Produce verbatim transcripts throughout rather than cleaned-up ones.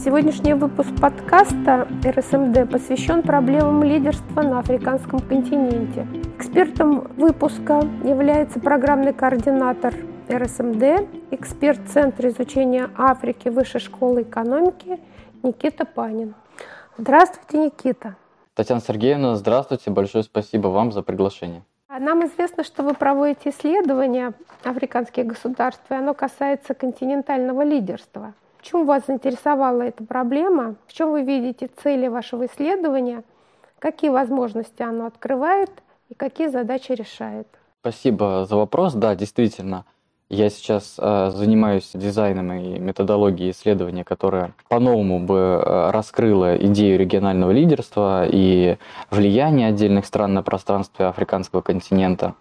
Сегодняшний выпуск подкаста эр эс эм дэ посвящен проблемам лидерства на африканском континенте. Экспертом выпуска является программный координатор эр эс эм дэ, эксперт Центра изучения Африки Высшей школы экономики Никита Панин. Здравствуйте, Никита. Татьяна Сергеевна, здравствуйте. Большое спасибо вам за приглашение. Нам известно, что вы проводите исследования африканских государств, и оно касается континентального лидерства. Почему вас заинтересовала эта проблема? В чем вы видите цели вашего исследования? Какие возможности оно открывает и какие задачи решает? Спасибо за вопрос. Да, действительно, я сейчас э, занимаюсь дизайном и методологией исследования, которая по-новому бы э, раскрыла идею регионального лидерства и влияние отдельных стран на пространстве африканского континента.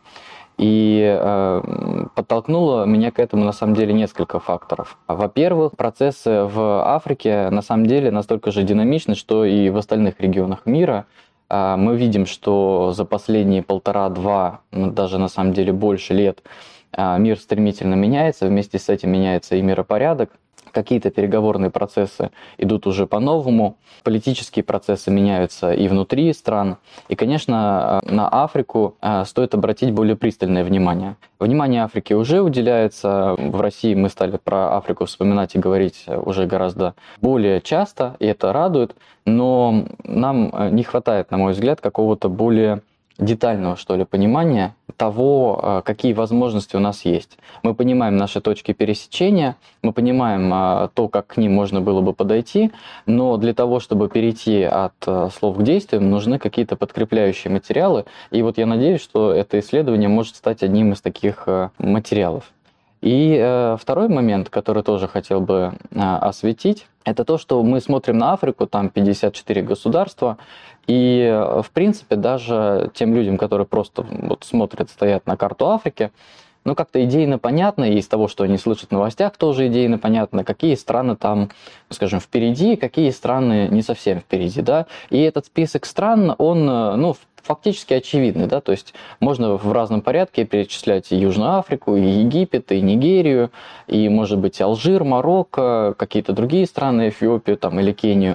И э, подтолкнуло меня к этому на самом деле несколько факторов. Во-первых, процессы в Африке на самом деле настолько же динамичны, что и в остальных регионах мира. Э, мы видим, что за последние полтора-два, даже на самом деле больше лет, э, мир стремительно меняется, вместе с этим меняется и миропорядок. Какие-то переговорные процессы идут уже по-новому, политические процессы меняются и внутри стран. И, конечно, на Африку стоит обратить более пристальное внимание. Внимание Африке уже уделяется. В России мы стали про Африку вспоминать и говорить уже гораздо более часто, и это радует. Но нам не хватает, на мой взгляд, какого-то более детального, что ли, понимания того, какие возможности у нас есть. Мы понимаем наши точки пересечения, мы понимаем то, как к ним можно было бы подойти, но для того, чтобы перейти от слов к действиям, нужны какие-то подкрепляющие материалы. И вот я надеюсь, что это исследование может стать одним из таких материалов. И э, второй момент, который тоже хотел бы э, осветить, это то, что мы смотрим на Африку, там пятьдесят четыре государства, и э, в принципе даже тем людям, которые просто вот, смотрят, стоят на карту Африки, ну как-то идейно понятно, и из того, что они слышат в новостях, тоже идейно понятно, какие страны там, скажем, впереди, какие страны не совсем впереди, да. И этот список стран, он, ну, фактически очевидный, да, то есть можно в разном порядке перечислять и Южную Африку, и Египет, и Нигерию, и, может быть, Алжир, Марокко, какие-то другие страны, Эфиопию там, или Кению.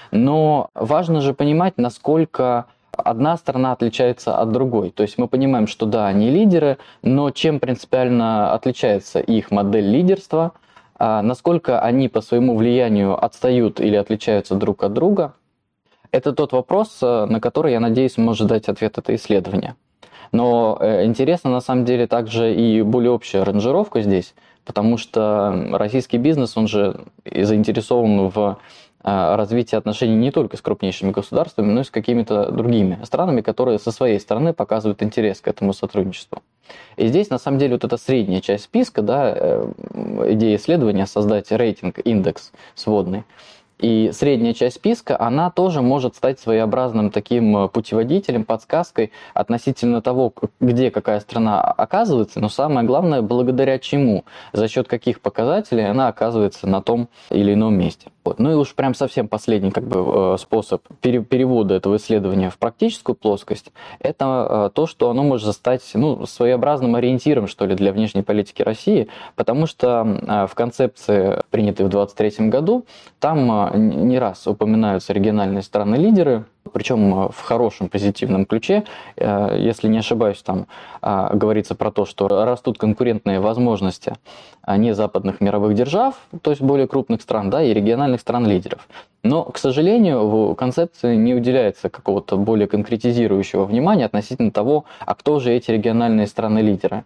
Но важно же понимать, насколько одна страна отличается от другой. То есть мы понимаем, что да, они лидеры, но чем принципиально отличается их модель лидерства, насколько они по своему влиянию отстают или отличаются друг от друга. Это тот вопрос, на который, я надеюсь, может дать ответ это исследование. Но интересно, на самом деле, также и более общая аранжировка здесь, потому что российский бизнес, он же и заинтересован в развитии отношений не только с крупнейшими государствами, но и с какими-то другими странами, которые со своей стороны показывают интерес к этому сотрудничеству. И здесь, на самом деле, вот эта средняя часть списка, да, идея исследования создать рейтинг, индекс сводный, и средняя часть списка, она тоже может стать своеобразным таким путеводителем, подсказкой относительно того, где какая страна оказывается, но самое главное, благодаря чему, за счет каких показателей она оказывается на том или ином месте. Вот. Ну и уж прям совсем последний как бы, способ перевода этого исследования в практическую плоскость, это то, что оно может стать ну, своеобразным ориентиром, что ли, для внешней политики России, потому что в концепции, принятой в двадцать третьем году, там не раз упоминаются региональные страны-лидеры, причем в хорошем позитивном ключе. Если не ошибаюсь, там говорится про то, что растут конкурентные возможности не западных мировых держав, то есть более крупных стран, да, и региональных стран-лидеров. Но, к сожалению, в концепции не уделяется какого-то более конкретизирующего внимания относительно того, а кто же эти региональные страны-лидеры.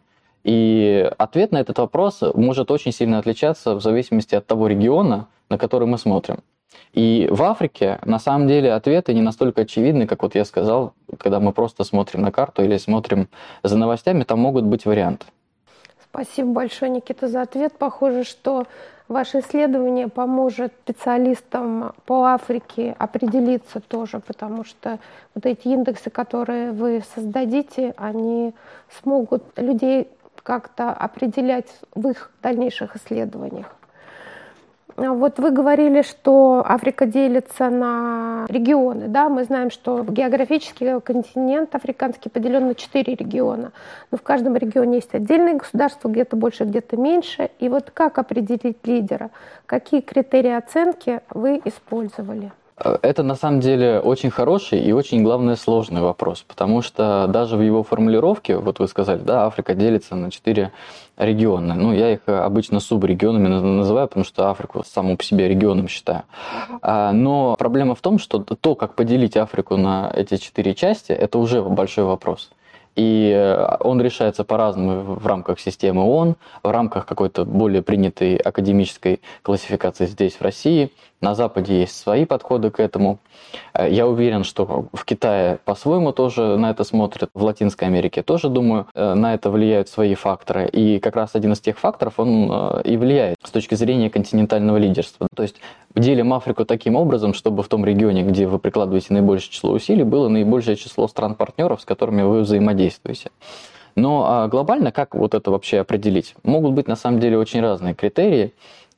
И ответ на этот вопрос может очень сильно отличаться в зависимости от того региона, на который мы смотрим. И в Африке, на самом деле, ответы не настолько очевидны, как вот я сказал, когда мы просто смотрим на карту или смотрим за новостями, там могут быть варианты. Спасибо большое, Никита, за ответ. Похоже, что ваше исследование поможет специалистам по Африке определиться тоже, потому что вот эти индексы, которые вы создадите, они смогут людей как-то определять в их дальнейших исследованиях. Вот вы говорили, что Африка делится на регионы, да, мы знаем, что географически континент африканский поделен на четыре региона, но в каждом регионе есть отдельные государства, где-то больше, где-то меньше, и вот как определить лидера, какие критерии оценки вы использовали? Это на самом деле очень хороший и очень, главное, сложный вопрос, потому что даже в его формулировке, вот вы сказали, да, Африка делится на четыре региона. Ну, я их обычно субрегионами называю, потому что Африку саму по себе регионом считаю. Но проблема в том, что то, как поделить Африку на эти четыре части, это уже большой вопрос. И он решается по-разному в рамках системы ООН, в рамках какой-то более принятой академической классификации здесь, в России. На Западе есть свои подходы к этому. Я уверен, что в Китае по-своему тоже на это смотрят, в Латинской Америке тоже, думаю, на это влияют свои факторы. И как раз один из тех факторов, он и влияет с точки зрения континентального лидерства. То есть делим Африку таким образом, чтобы в том регионе, где вы прикладываете наибольшее число усилий, было наибольшее число стран-партнеров, с которыми вы взаимодействуете. Но а глобально как вот это вообще определить? Могут быть на самом деле очень разные критерии.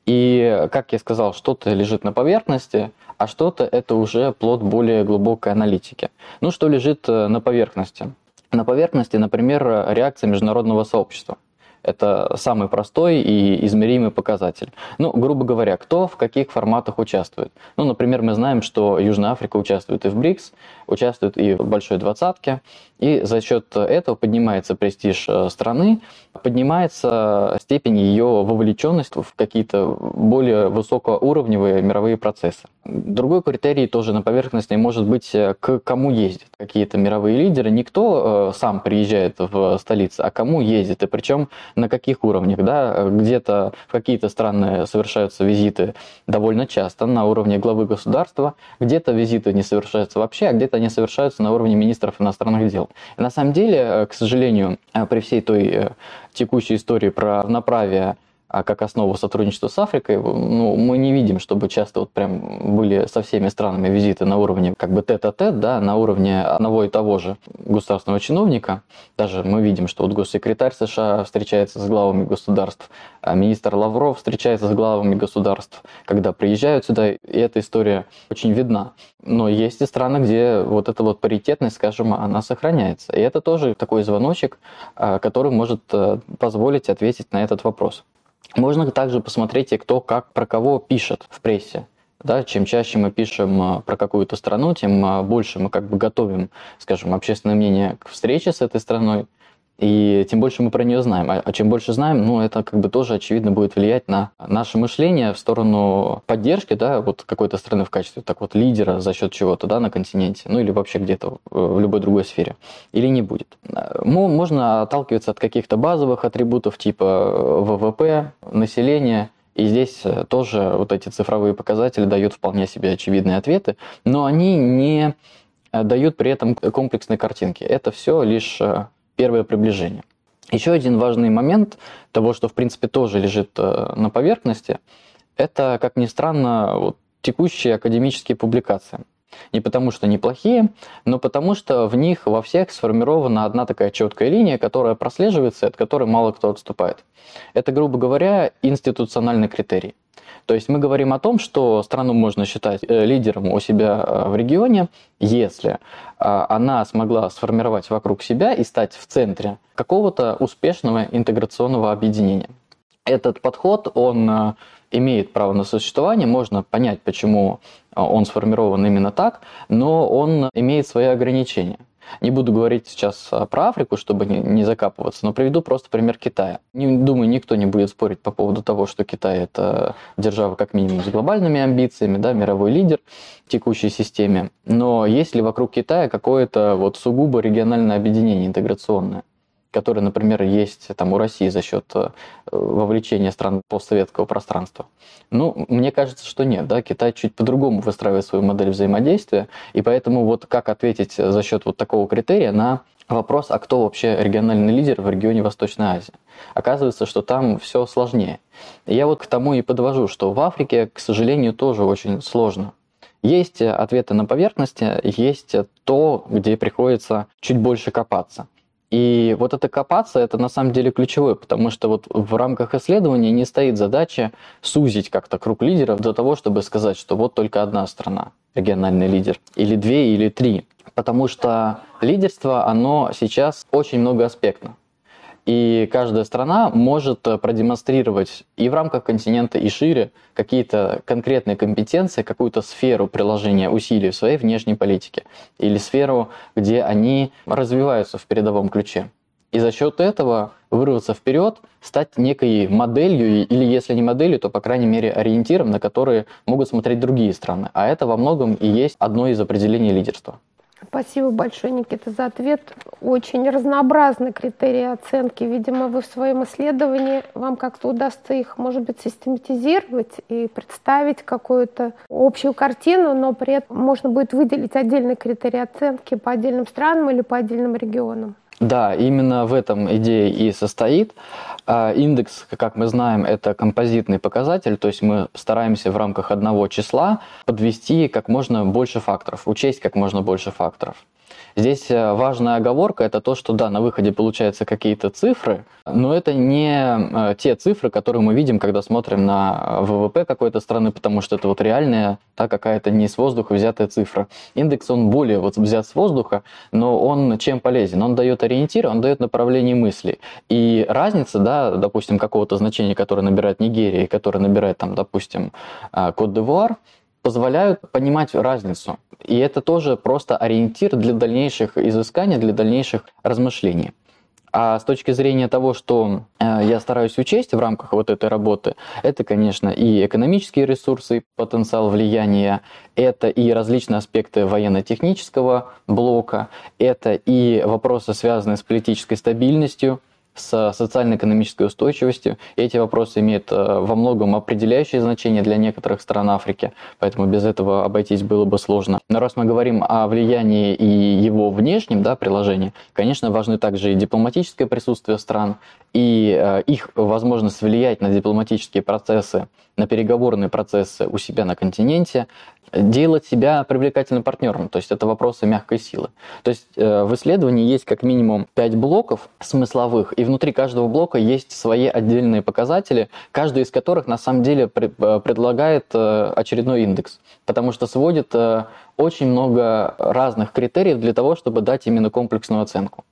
И, как я сказал, что-то лежит на поверхности, а что-то это уже плод более глубокой аналитики. Ну, что лежит на поверхности? На поверхности, например, реакция международного сообщества. Это самый простой и измеримый показатель. Ну, грубо говоря, кто в каких форматах участвует. Ну, например, мы знаем, что Южная Африка участвует и в БРИКС, участвует и в Большой Двадцатке, и за счет этого поднимается престиж страны, поднимается степень ее вовлеченности в какие-то более высокоуровневые мировые процессы. Другой критерий тоже на поверхности может быть, к кому ездят какие-то мировые лидеры. Не кто сам приезжает в столицу, а кому ездит, и причем на каких уровнях. Да? Где-то в какие-то страны совершаются визиты довольно часто на уровне главы государства, где-то визиты не совершаются вообще, а где-то они совершаются на уровне министров иностранных дел. И на самом деле, к сожалению, при всей той текущей истории про равноправие как основу сотрудничества с Африкой, ну, мы не видим, чтобы часто вот прям были со всеми странами визиты на уровне как бы тет-а-тет, да, на уровне одного и того же государственного чиновника. Даже мы видим, что вот госсекретарь США встречается с главами государств, а министр Лавров встречается с главами государств, когда приезжают сюда, и эта история очень видна. Но есть и страны, где вот эта вот паритетность, скажем, она сохраняется. И это тоже такой звоночек, который может позволить ответить на этот вопрос. Можно также посмотреть, кто как про кого пишет в прессе. Да, чем чаще мы пишем про какую-то страну, тем больше мы как бы готовим, скажем, общественное мнение к встрече с этой страной, и тем больше мы про нее знаем. А чем больше знаем, ну, это как бы тоже, очевидно, будет влиять на наше мышление в сторону поддержки, да, вот какой-то страны в качестве так вот лидера за счет чего-то, да, на континенте, ну, или вообще где-то в любой другой сфере, или не будет. Можно отталкиваться от каких-то базовых атрибутов типа вэ вэ пэ, населения, и здесь тоже вот эти цифровые показатели дают вполне себе очевидные ответы, но они не дают при этом комплексной картинки. Это все лишь первое приближение. Еще один важный момент того, что в принципе тоже лежит на поверхности, это, как ни странно, вот, текущие академические публикации. Не потому что они плохие, но потому что в них во всех сформирована одна такая четкая линия, которая прослеживается, от которой мало кто отступает. Это, грубо говоря, институциональный критерий. То есть мы говорим о том, что страну можно считать лидером у себя в регионе, если она смогла сформировать вокруг себя и стать в центре какого-то успешного интеграционного объединения. Этот подход, он имеет право на существование, можно понять, почему он сформирован именно так, но он имеет свои ограничения. Не буду говорить сейчас про Африку, чтобы не закапываться, но приведу просто пример Китая. Не, думаю, никто не будет спорить по поводу того, что Китай – это держава как минимум с глобальными амбициями, да, мировой лидер в текущей системе. Но есть ли вокруг Китая какое-то вот сугубо региональное объединение интеграционное, которое, например, есть там у России за счет вовлечения стран постсоветского пространства? Ну, мне кажется, что нет. Да? Китай чуть по-другому выстраивает свою модель взаимодействия, и поэтому вот как ответить за счет вот такого критерия на вопрос, а кто вообще региональный лидер в регионе Восточной Азии? Оказывается, что там все сложнее. И я вот к тому и подвожу, что в Африке, к сожалению, тоже очень сложно. Есть ответы на поверхности, есть то, где приходится чуть больше копаться. И вот это копаться, это на самом деле ключевое, потому что вот в рамках исследования не стоит задача сузить как-то круг лидеров до того, чтобы сказать, что вот только одна страна, региональный лидер, или две, или три. Потому что лидерство, оно сейчас очень многоаспектно. И каждая страна может продемонстрировать и в рамках континента, и шире какие-то конкретные компетенции, какую-то сферу приложения усилий в своей внешней политике или сферу, где они развиваются в передовом ключе. И за счет этого вырваться вперед, стать некой моделью, или если не моделью, то, по крайней мере, ориентиром, на которые могут смотреть другие страны. А это во многом и есть одно из определений лидерства. Спасибо большое, Никита, за ответ. Очень разнообразны критерии оценки. Видимо, вы в своем исследовании, вам как-то удастся их, может быть, систематизировать и представить какую-то общую картину, но при этом можно будет выделить отдельные критерии оценки по отдельным странам или по отдельным регионам. Да, именно в этом идея и состоит. Индекс, как мы знаем, это композитный показатель, то есть мы стараемся в рамках одного числа подвести как можно больше факторов, учесть как можно больше факторов. Здесь важная оговорка – это то, что да, на выходе получаются какие-то цифры, но это не те цифры, которые мы видим, когда смотрим на ВВП какой-то страны, потому что это вот реальная, да, какая-то не с воздуха взятая цифра. Индекс, он более вот взят с воздуха, но он чем полезен? Он дает ориентир, он дает направление мысли. И разница, да, допустим, какого-то значения, которое набирает Нигерия и которое набирает, там, допустим, Кот-д'Ивуар, позволяют понимать разницу. И это тоже просто ориентир для дальнейших изысканий, для дальнейших размышлений. А с точки зрения того, что э, я стараюсь учесть в рамках вот этой работы, это, конечно, и экономические ресурсы, потенциал влияния, это и различные аспекты военно-технического блока, это и вопросы, связанные с политической стабильностью, с социально-экономической устойчивостью. И эти вопросы имеют во многом определяющее значение для некоторых стран Африки, поэтому без этого обойтись было бы сложно. Но раз мы говорим о влиянии и его внешнем, да, приложении, конечно, важны также и дипломатическое присутствие стран, и их возможность влиять на дипломатические процессы, на переговорные процессы у себя на континенте, делать себя привлекательным партнером, то есть это вопросы мягкой силы. То есть э, в исследовании есть как минимум пять блоков смысловых, и внутри каждого блока есть свои отдельные показатели, каждый из которых на самом деле пред, предлагает э, очередной индекс, потому что сводит э, очень много разных критериев для того, чтобы дать именно комплексную оценку.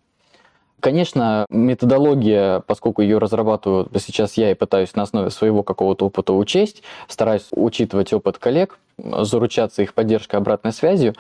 Конечно, методология, поскольку ее разрабатываю сейчас я и пытаюсь на основе своего какого-то опыта учесть, стараюсь учитывать опыт коллег, заручаться их поддержкой, обратной связью,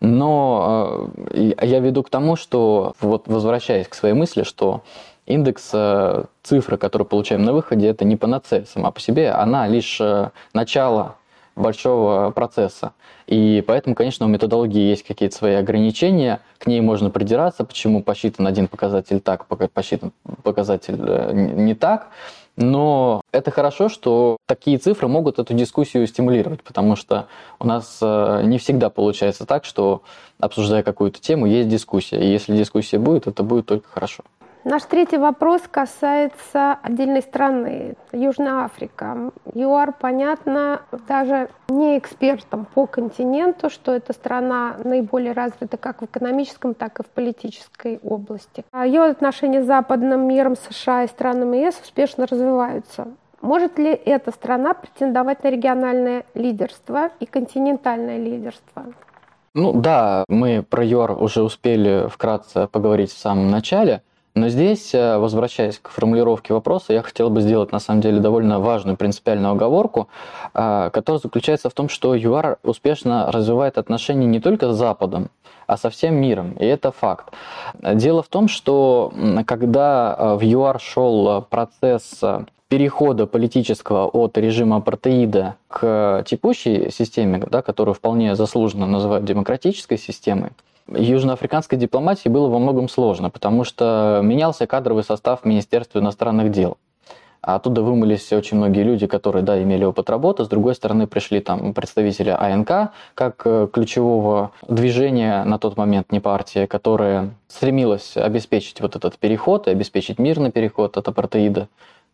но я веду к тому, что, вот возвращаясь к своей мысли, что индекс, цифры, которые получаем на выходе, это не панацея сама по себе, она лишь начало большого процесса. И поэтому, конечно, у методологии есть какие-то свои ограничения, к ней можно придираться, почему посчитан один показатель так, посчитан показатель не так. Но это хорошо, что такие цифры могут эту дискуссию стимулировать, потому что у нас не всегда получается так, что, обсуждая какую-то тему, есть дискуссия. И если дискуссия будет, это будет только хорошо. Наш третий вопрос касается отдельной страны, Южная Африка. ЮАР, понятно, даже не экспертам по континенту, что эта страна наиболее развита как в экономическом, так и в политической области. Ее отношения с западным миром, США и странами ЕС успешно развиваются. Может ли эта страна претендовать на региональное лидерство и континентальное лидерство? Ну да, мы про ЮАР уже успели вкратце поговорить в самом начале. Но здесь, возвращаясь к формулировке вопроса, я хотел бы сделать на самом деле довольно важную принципиальную оговорку, которая заключается в том, что ЮАР успешно развивает отношения не только с Западом, а со всем миром, и это факт. Дело в том, что когда в ЮАР шел процесс перехода политического от режима апартеида к текущей системе, да, которую вполне заслуженно называют демократической системой, южноафриканской дипломатии было во многом сложно, потому что менялся кадровый состав Министерства иностранных дел. А оттуда вымылись очень многие люди, которые, да, имели опыт работы. С другой стороны, пришли там представители АНК, как ключевого движения на тот момент, не партии, которая стремилась обеспечить вот этот переход и обеспечить мирный переход от апартеида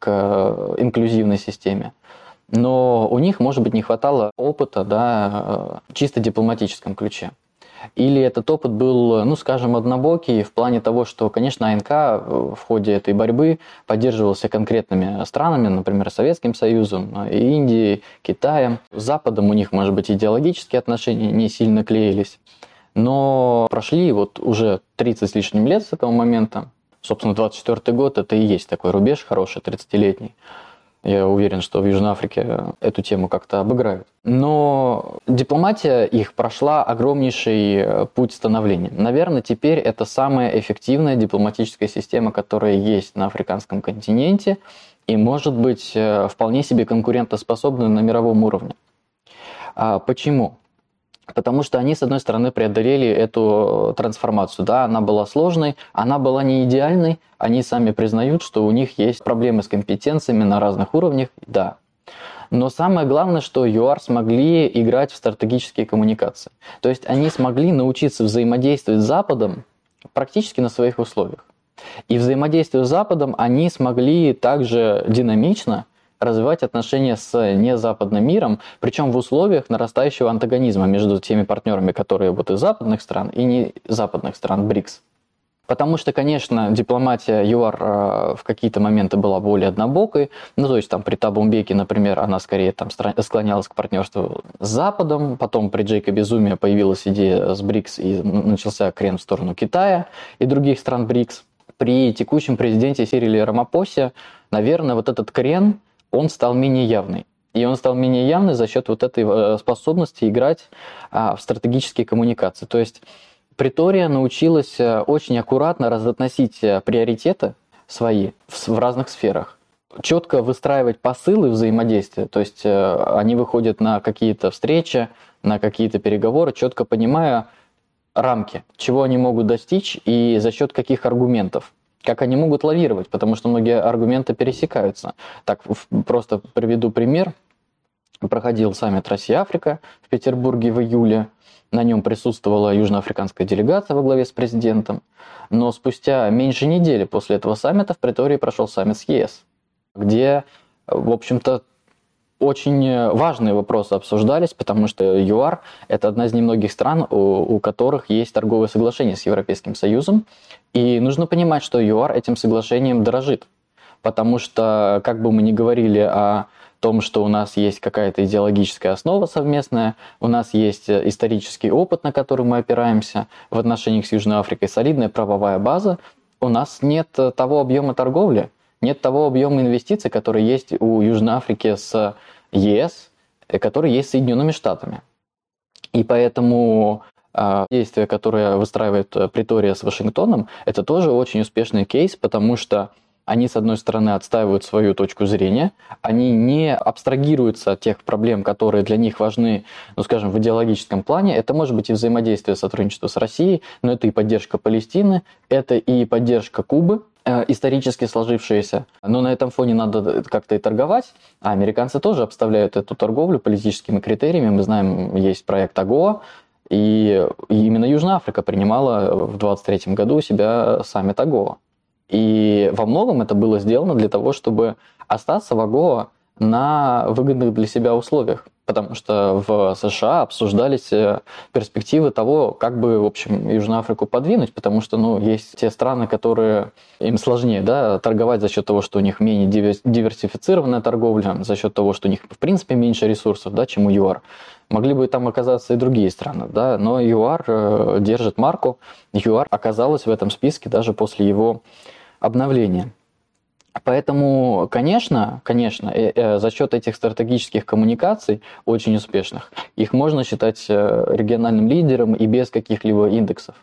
к инклюзивной системе. Но у них, может быть, не хватало опыта, да, чисто дипломатическом ключе. или этот опыт был, ну, скажем, однобокий в плане того, что, конечно, АНК в ходе этой борьбы поддерживался конкретными странами, например, Советским Союзом, Индией, Китаем. С Западом у них, может быть, идеологические отношения не сильно клеились. Но прошли вот уже тридцать с лишним лет с этого момента. Собственно, двадцать четвёртый год – это и есть такой рубеж хороший, тридцатилетний. Я уверен, что в Южной Африке эту тему как-то обыграют. Но дипломатия их прошла огромнейший путь становления. Наверное, теперь это самая эффективная дипломатическая система, которая есть на африканском континенте и может быть вполне себе конкурентоспособна на мировом уровне. А почему? Потому что они, с одной стороны, преодолели эту трансформацию. Да, она была сложной, она была не идеальной. Они сами признают, что у них есть проблемы с компетенциями на разных уровнях. Да. Но самое главное, что ЮАР смогли играть в стратегические коммуникации. То есть они смогли научиться взаимодействовать с Западом практически на своих условиях. И взаимодействуя с Западом, они смогли также динамично развивать отношения с незападным миром, причем в условиях нарастающего антагонизма между теми партнерами, которые вот из западных стран и не западных стран БРИКС. Потому что, конечно, дипломатия ЮАР в какие-то моменты была более однобокой. Ну, то есть там при Табу Мбеки, например, она скорее там склонялась к партнерству с Западом. Потом при Джейкобе Зуме появилась идея с БРИКС и начался крен в сторону Китая и других стран БРИКС. При текущем президенте Сириле Рамапосе, наверное, вот этот крен, он стал менее явный. И он стал менее явный за счет вот этой способности играть в стратегические коммуникации. То есть Претория научилась очень аккуратно разотносить приоритеты свои в разных сферах. Четко выстраивать посылы взаимодействия. То есть они выходят на какие-то встречи, на какие-то переговоры, четко понимая рамки, чего они могут достичь и за счет каких аргументов. Как они могут лавировать, потому что многие аргументы пересекаются. Так, просто приведу пример. Проходил саммит Россия-Африка в Петербурге в июле. На нем присутствовала южноафриканская делегация во главе с президентом. Но спустя меньше недели после этого саммита в Претории прошел саммит с ЕС, где, в общем-то, очень важные вопросы обсуждались, потому что ЮАР – это одна из немногих стран, у, у которых есть торговое соглашение с Европейским Союзом. И нужно понимать, что ЮАР этим соглашением дорожит. Потому что, как бы мы ни говорили о том, что у нас есть какая-то идеологическая основа совместная, у нас есть исторический опыт, на который мы опираемся в отношениях с Южной Африкой, солидная правовая база, у нас нет того объема торговли, нет того объема инвестиций, который есть у Южной Африки с ЕС, который есть с Соединенными Штатами. И поэтому э, действия, которые выстраивает Претория с Вашингтоном, это тоже очень успешный кейс, потому что они, с одной стороны, отстаивают свою точку зрения, они не абстрагируются от тех проблем, которые для них важны, ну, скажем, в идеологическом плане. Это может быть и взаимодействие, сотрудничество с Россией, но это и поддержка Палестины, это и поддержка Кубы, исторически сложившиеся, но на этом фоне надо как-то и торговать, а американцы тоже обставляют эту торговлю политическими критериями. Мы знаем, есть проект АГОА, и именно Южная Африка принимала в двадцать третьем году у себя саммит АГОА. И во многом это было сделано для того, чтобы остаться в АГОА на выгодных для себя условиях. Потому что в США обсуждались перспективы того, как бы, в общем, Южную Африку подвинуть, потому что, ну, есть те страны, которые им сложнее, да, торговать за счет того, что у них менее диверсифицированная торговля, за счет того, что у них, в принципе, меньше ресурсов, да, чем у ЮАР. Могли бы там оказаться и другие страны, да, но ЮАР держит марку. ЮАР оказалась в этом списке даже после его обновления. Поэтому, конечно, конечно, э, э, за счет этих стратегических коммуникаций, очень успешных, их можно считать э, региональным лидером и без каких-либо индексов.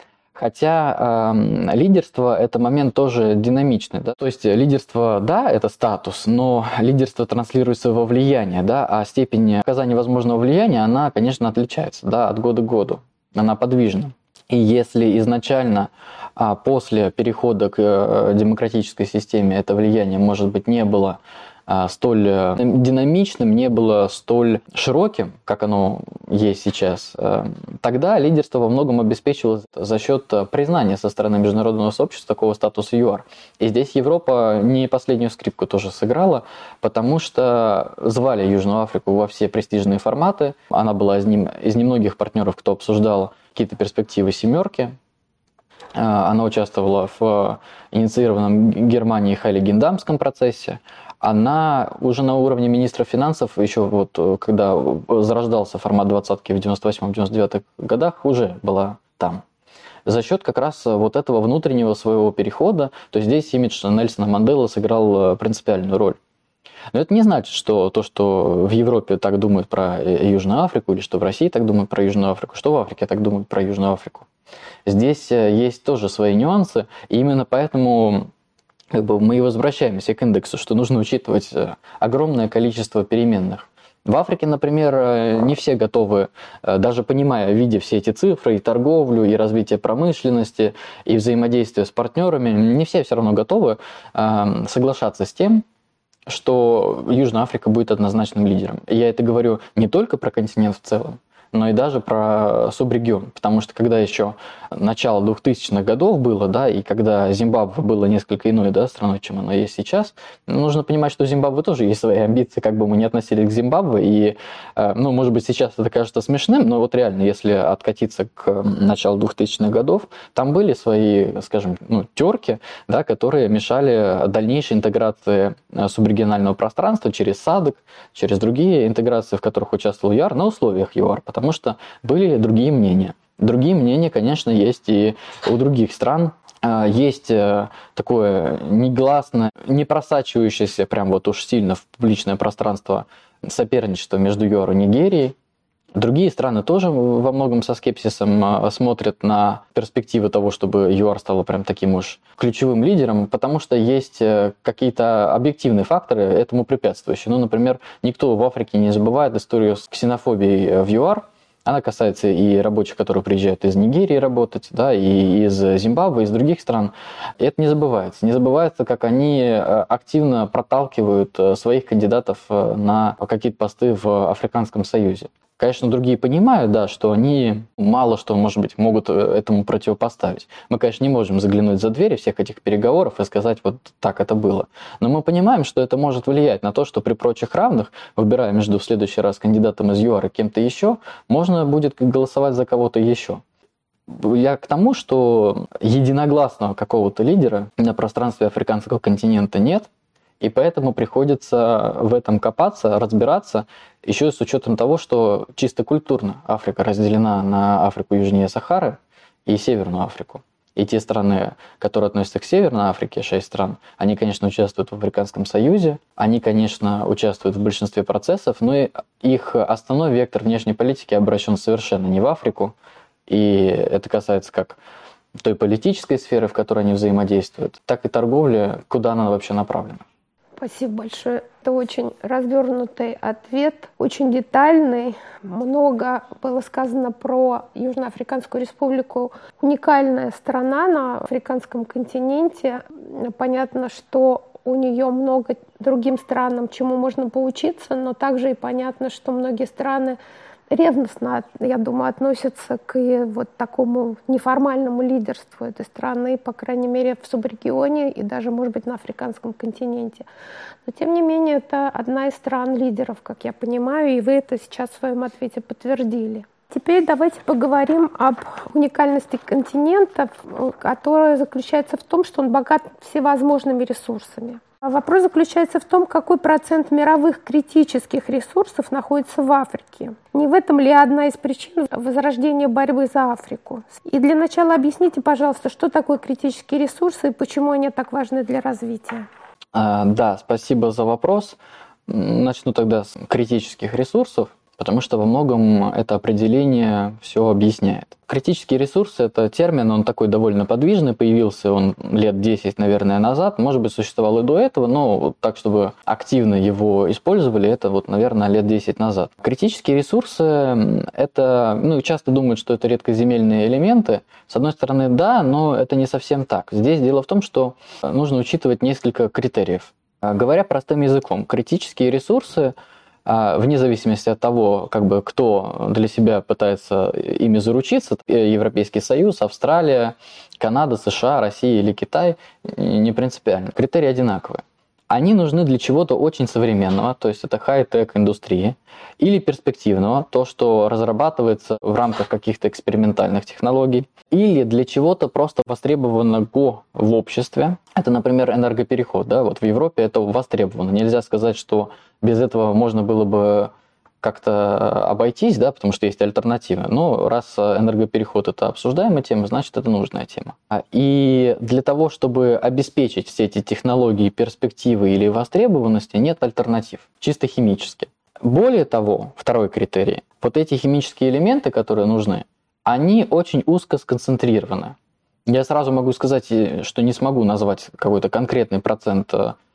Хотя э, лидерство – это момент тоже динамичный. Да? То есть лидерство, да, это статус, но лидерство транслируется во влияние, да, а степень оказания возможного влияния, она, конечно, отличается, да, от года к году. Она подвижна. И если изначально, а после перехода к демократической системе это влияние, может быть, не было столь динамичным, не было столь широким, как оно есть сейчас, тогда лидерство во многом обеспечивалось за счет признания со стороны международного сообщества такого статуса ЮАР. И здесь Европа не последнюю скрипку тоже сыграла, потому что звали Южную Африку во все престижные форматы. Она была из, ним, из немногих партнеров, кто обсуждал какие-то перспективы семерки. Она участвовала в инициированном Германией Хайли-Гиндамском процессе. Она уже на уровне министра финансов, еще вот когда зарождался формат двадцатки в девяносто восьмом — девяносто девятом годах, уже была там. За счет как раз вот этого внутреннего своего перехода, то есть здесь имидж Нельсона Манделы сыграл принципиальную роль. Но это не значит, что то, что в Европе так думают про Южную Африку, или что в России так думают про Южную Африку, что в Африке так думают про Южную Африку. Здесь есть тоже свои нюансы, и именно поэтому как бы, мы и возвращаемся к индексу, что нужно учитывать огромное количество переменных. В Африке, например, не все готовы, даже понимая, видя все эти цифры, и торговлю, и развитие промышленности, и взаимодействие с партнерами, не все все равно готовы соглашаться с тем, что Южная Африка будет однозначным лидером. И я это говорю не только про континент в целом, но и даже про субрегион. Потому что когда еще начало двухтысячных годов было, да, и когда Зимбабве было несколько иной, да, страной, чем оно есть сейчас, нужно понимать, что у Зимбабве тоже есть свои амбиции, как бы мы ни относились к Зимбабве. И, ну, может быть, сейчас это кажется смешным, но вот реально, если откатиться к началу двухтысячных годов, там были свои, скажем, ну, терки, да, которые мешали дальнейшей интеграции субрегионального пространства через САДC, через другие интеграции, в которых участвовал ЮАР, на условиях ЮАР, потому что были другие мнения. Другие мнения, конечно, есть и у других стран. Есть такое негласное, не просачивающееся прям вот уж сильно в публичное пространство соперничество между ЮАР и Нигерией. Другие страны тоже во многом со скепсисом смотрят на перспективы того, чтобы ЮАР стала прям таким уж ключевым лидером, потому что есть какие-то объективные факторы этому препятствующие. Ну, например, никто в Африке не забывает историю с ксенофобией в ЮАР. Она касается и рабочих, которые приезжают из Нигерии работать, да, и из Зимбабве, из других стран. И это не забывается. Не забывается, как они активно проталкивают своих кандидатов на какие-то посты в Африканском Союзе. Конечно, другие понимают, да, что они мало что, может быть, могут этому противопоставить. Мы, конечно, не можем заглянуть за двери всех этих переговоров и сказать, вот так это было. Но мы понимаем, что это может влиять на то, что при прочих равных, выбирая между в следующий раз кандидатом из ЮАР и кем-то еще, можно будет голосовать за кого-то еще. Я к тому, что единогласного какого-то лидера на пространстве африканского континента нет. И поэтому приходится в этом копаться, разбираться, еще и с учетом того, что чисто культурно Африка разделена на Африку южнее Сахары и Северную Африку. И те страны, которые относятся к Северной Африке, шесть стран, они, конечно, участвуют в Африканском Союзе, они, конечно, участвуют в большинстве процессов, но и их основной вектор внешней политики обращен совершенно не в Африку. И это касается как той политической сферы, в которой они взаимодействуют, так и торговли, куда она вообще направлена. Спасибо большое. Это очень развернутый ответ, очень детальный. Много было сказано про Южноафриканскую республику. Уникальная страна на африканском континенте. Понятно, что у нее много другим странам, чему можно поучиться, но также и понятно, что многие страны ревностно, я думаю, относятся к вот такому неформальному лидерству этой страны, по крайней мере, в субрегионе и даже, может быть, на африканском континенте. Но, тем не менее, это одна из стран-лидеров, как я понимаю, и вы это сейчас в своем ответе подтвердили. Теперь давайте поговорим об уникальности континента, которая заключается в том, что он богат всевозможными ресурсами. Вопрос заключается в том, какой процент мировых критических ресурсов находится в Африке. Не в этом ли одна из причин возрождения борьбы за Африку? И для начала объясните, пожалуйста, что такое критические ресурсы и почему они так важны для развития. А, да, спасибо за вопрос. Начну тогда с критических ресурсов, потому что во многом это определение все объясняет. Критические ресурсы – это термин, он такой довольно подвижный, появился он лет десять, наверное, назад, может быть, существовал и до этого, но вот так, чтобы активно его использовали, это вот, наверное, лет десять назад. Критические ресурсы – это, ну, часто думают, что это редкоземельные элементы. С одной стороны, да, но это не совсем так. Здесь дело в том, что нужно учитывать несколько критериев. Говоря простым языком, критические ресурсы, вне зависимости от того, как бы, кто для себя пытается ими заручиться, Европейский Союз, Австралия, Канада, США, Россия или Китай, не принципиально. Критерии одинаковые. Они нужны для чего-то очень современного, то есть это хай-тек индустрии, или перспективного, то, что разрабатывается в рамках каких-то экспериментальных технологий, или для чего-то просто востребованного в обществе. Это, например, энергопереход. Да? Вот в Европе это востребовано. Нельзя сказать, что без этого можно было бы как-то обойтись, да, потому что есть альтернативы. Но раз энергопереход – это обсуждаемая тема, значит, это нужная тема. И для того, чтобы обеспечить все эти технологии, перспективы или востребованности, нет альтернатив, чисто химически. Более того, второй критерий – вот эти химические элементы, которые нужны, они очень узко сконцентрированы. Я сразу могу сказать, что не смогу назвать какой-то конкретный процент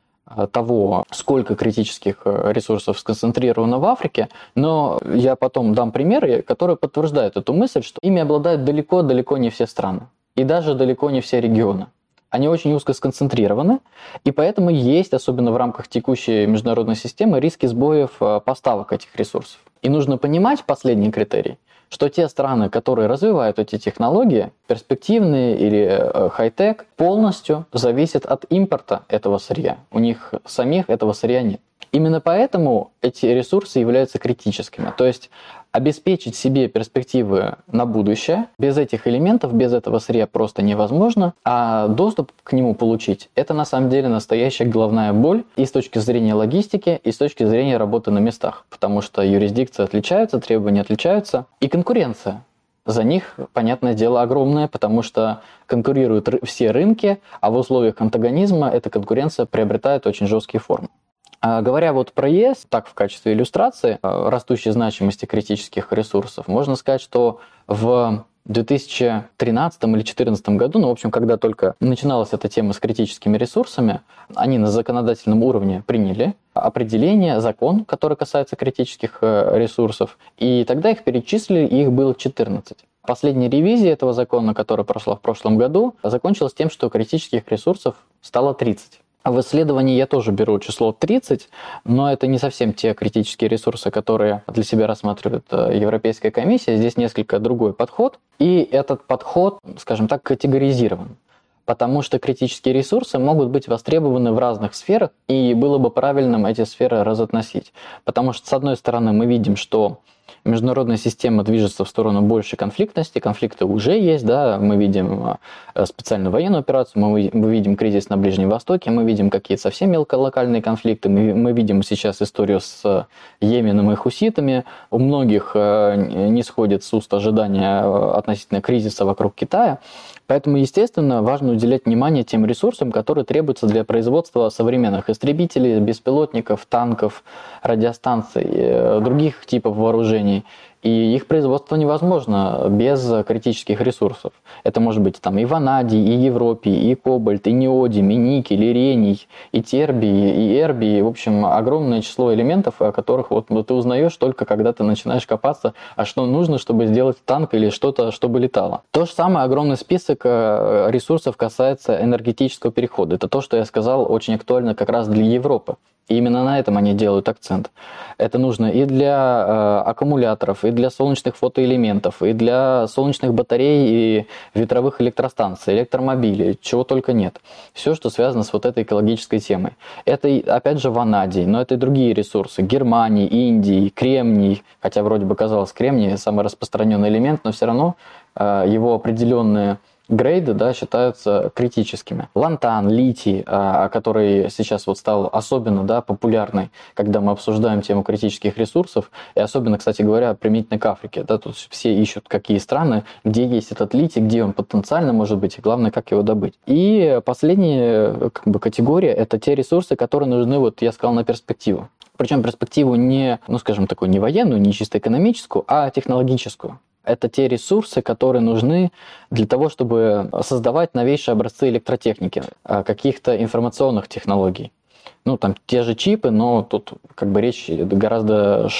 того, сколько критических ресурсов сконцентрировано в Африке, но я потом дам примеры, которые подтверждают эту мысль, что ими обладают далеко-далеко не все страны, и даже далеко не все регионы. Они очень узко сконцентрированы, и поэтому есть, особенно в рамках текущей международной системы, риски сбоев поставок этих ресурсов. И нужно понимать последний критерий, что те страны, которые развивают эти технологии, перспективные или хай-тек, полностью зависят от импорта этого сырья. У них самих этого сырья нет. Именно поэтому эти ресурсы являются критическими. То есть обеспечить себе перспективы на будущее без этих элементов, без этого сырья просто невозможно, а доступ к нему получить – это на самом деле настоящая головная боль и с точки зрения логистики, и с точки зрения работы на местах, потому что юрисдикции отличаются, требования отличаются, и конкуренция. За них, понятное дело, огромная, потому что конкурируют все рынки, а в условиях антагонизма эта конкуренция приобретает очень жесткие формы. Говоря вот про ЕС, так в качестве иллюстрации растущей значимости критических ресурсов, можно сказать, что в две тысячи тринадцатом или две тысячи четырнадцатом году, ну, в общем, когда только начиналась эта тема с критическими ресурсами, они на законодательном уровне приняли определение, закон, который касается критических ресурсов, и тогда их перечислили, и их было четырнадцать. Последняя ревизия этого закона, которая прошла в прошлом году, закончилась тем, что критических ресурсов стало тридцать. В исследовании я тоже беру число тридцать, но это не совсем те критические ресурсы, которые для себя рассматривает Европейская комиссия. Здесь несколько другой подход. И этот подход, скажем так, категоризирован. Потому что критические ресурсы могут быть востребованы в разных сферах, и было бы правильным эти сферы разотносить. Потому что, с одной стороны, мы видим, что международная система движется в сторону большей конфликтности, конфликты уже есть, да, мы видим специальную военную операцию, мы, мы видим кризис на Ближнем Востоке, мы видим какие-то совсем мелколокальные конфликты, мы, мы видим сейчас историю с Йеменом и хуситами, у многих не сходит с уст ожидания относительно кризиса вокруг Китая, поэтому, естественно, важно уделять внимание тем ресурсам, которые требуются для производства современных истребителей, беспилотников, танков, радиостанций, других типов вооружений. И их производство невозможно без критических ресурсов. Это может быть там и ванадий, и европий, и кобальт, и неодим, и никель, и рений, и тербий, и эрбий. В общем, огромное число элементов, о которых вот, вот ты узнаешь только когда ты начинаешь копаться, а что нужно, чтобы сделать танк или что-то, чтобы летало. То же самое, огромный список ресурсов касается энергетического перехода. Это то, что я сказал, очень актуально как раз для Европы. И именно на этом они делают акцент. Это нужно и для э, аккумуляторов, и для солнечных фотоэлементов, и для солнечных батарей, и ветровых электростанций, электромобилей, чего только нет. Все, что связано с вот этой экологической темой. Это, опять же, ванадий, но это и другие ресурсы. Германии, Индии, кремний, хотя вроде бы казалось, кремний самый распространенный элемент, но все равно э, его определенные грейды, да, считаются критическими. Лантан, литий, а, который сейчас вот стал особенно, да, популярный, когда мы обсуждаем тему критических ресурсов, и особенно, кстати говоря, применительно к Африке. Да, тут все ищут, какие страны, где есть этот литий, где он потенциально может быть, и главное, как его добыть. И последняя как бы, категория – это те ресурсы, которые нужны, вот я сказал, на перспективу. Причем перспективу не, ну скажем, такую не военную, не чисто экономическую, а технологическую. Это те ресурсы, которые нужны для того, чтобы создавать новейшие образцы электротехники, каких-то информационных технологий. Ну, там те же чипы, но тут как бы речь гораздо шире.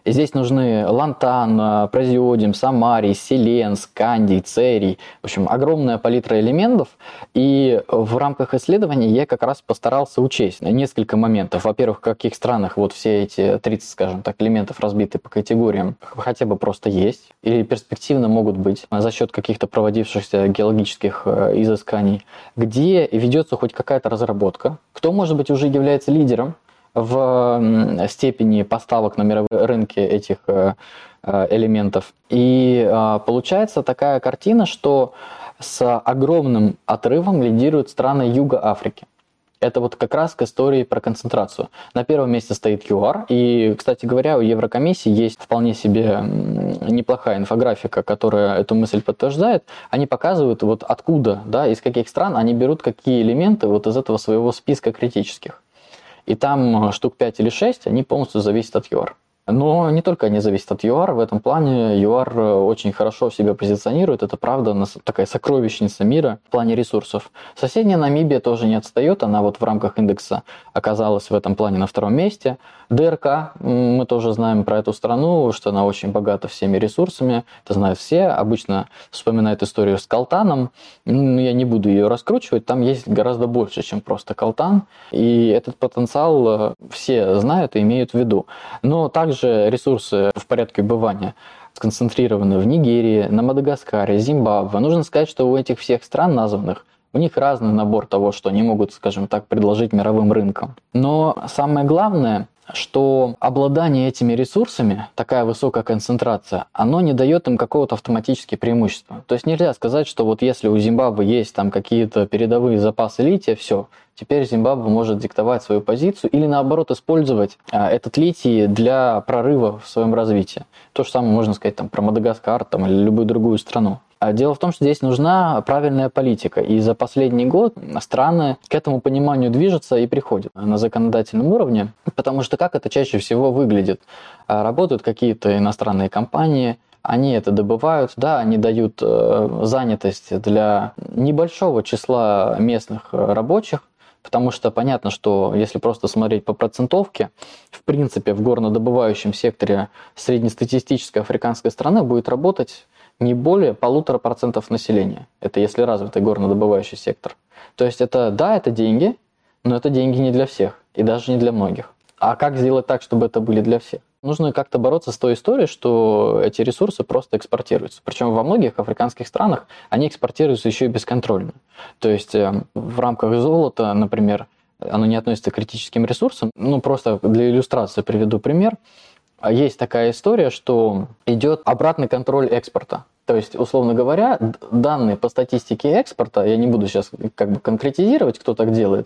И здесь нужны лантан, празиодиум, самарий, селен, скандий, церий. В общем, огромная палитра элементов. И в рамках исследования я как раз постарался учесть несколько моментов. Во-первых, в каких странах вот все эти тридцать, скажем так, элементов разбиты по категориям хотя бы просто есть или перспективно могут быть за счет каких-то проводившихся геологических изысканий, где ведется хоть какая-то разработка, кто, может быть, уже является лидером в степени поставок на мировые рынки этих элементов. И получается такая картина, что с огромным отрывом лидируют страны Юга Африки. Это вот как раз к истории про концентрацию. На первом месте стоит ЮАР. И, кстати говоря, у Еврокомиссии есть вполне себе неплохая инфографика, которая эту мысль подтверждает. Они показывают, вот откуда, да, из каких стран они берут какие элементы вот из этого своего списка критических. И там штук пять или шесть, они полностью зависят от ЮАР. Но не только они зависят от ЮАР, в этом плане ЮАР очень хорошо себя позиционирует, это правда такая сокровищница мира в плане ресурсов. Соседняя Намибия тоже не отстает, она вот в рамках индекса оказалась в этом плане на втором месте. ДРК, мы тоже знаем про эту страну, что она очень богата всеми ресурсами, это знают все, обычно вспоминают историю с колтаном, я не буду ее раскручивать, там есть гораздо больше, чем просто колтан, и этот потенциал все знают и имеют в виду. Но также Также ресурсы в порядке убывания сконцентрированы в Нигерии, на Мадагаскаре, Зимбабве. Нужно сказать, что у этих всех стран названных у них разный набор того, что они могут, скажем так, предложить мировым рынкам. Но самое главное, что обладание этими ресурсами, такая высокая концентрация, оно не дает им какого-то автоматически преимущества. То есть нельзя сказать, что вот если у Зимбабве есть там какие-то передовые запасы лития, все, теперь Зимбабве может диктовать свою позицию или наоборот использовать а, этот литий для прорыва в своем развитии. То же самое можно сказать там, про Мадагаскар там, или любую другую страну. Дело в том, что здесь нужна правильная политика, и за последний год страны к этому пониманию движутся и приходят на законодательном уровне, потому что как это чаще всего выглядит? Работают какие-то иностранные компании, они это добывают, да, они дают занятость для небольшого числа местных рабочих, потому что понятно, что если просто смотреть по процентовке, в принципе, в горнодобывающем секторе среднестатистической африканской страны будет работать не более полутора процентов населения. Это если развитый горнодобывающий сектор. То есть это, да, это деньги, но это деньги не для всех и даже не для многих. А как сделать так, чтобы это были для всех? Нужно как-то бороться с той историей, что эти ресурсы просто экспортируются. Причем во многих африканских странах они экспортируются еще и бесконтрольно. То есть в рамках золота, например, оно не относится к критическим ресурсам. Ну, просто для иллюстрации приведу пример. Есть такая история, что идет обратный контроль экспорта. То есть, условно говоря, данные по статистике экспорта, я не буду сейчас как бы конкретизировать, кто так делает,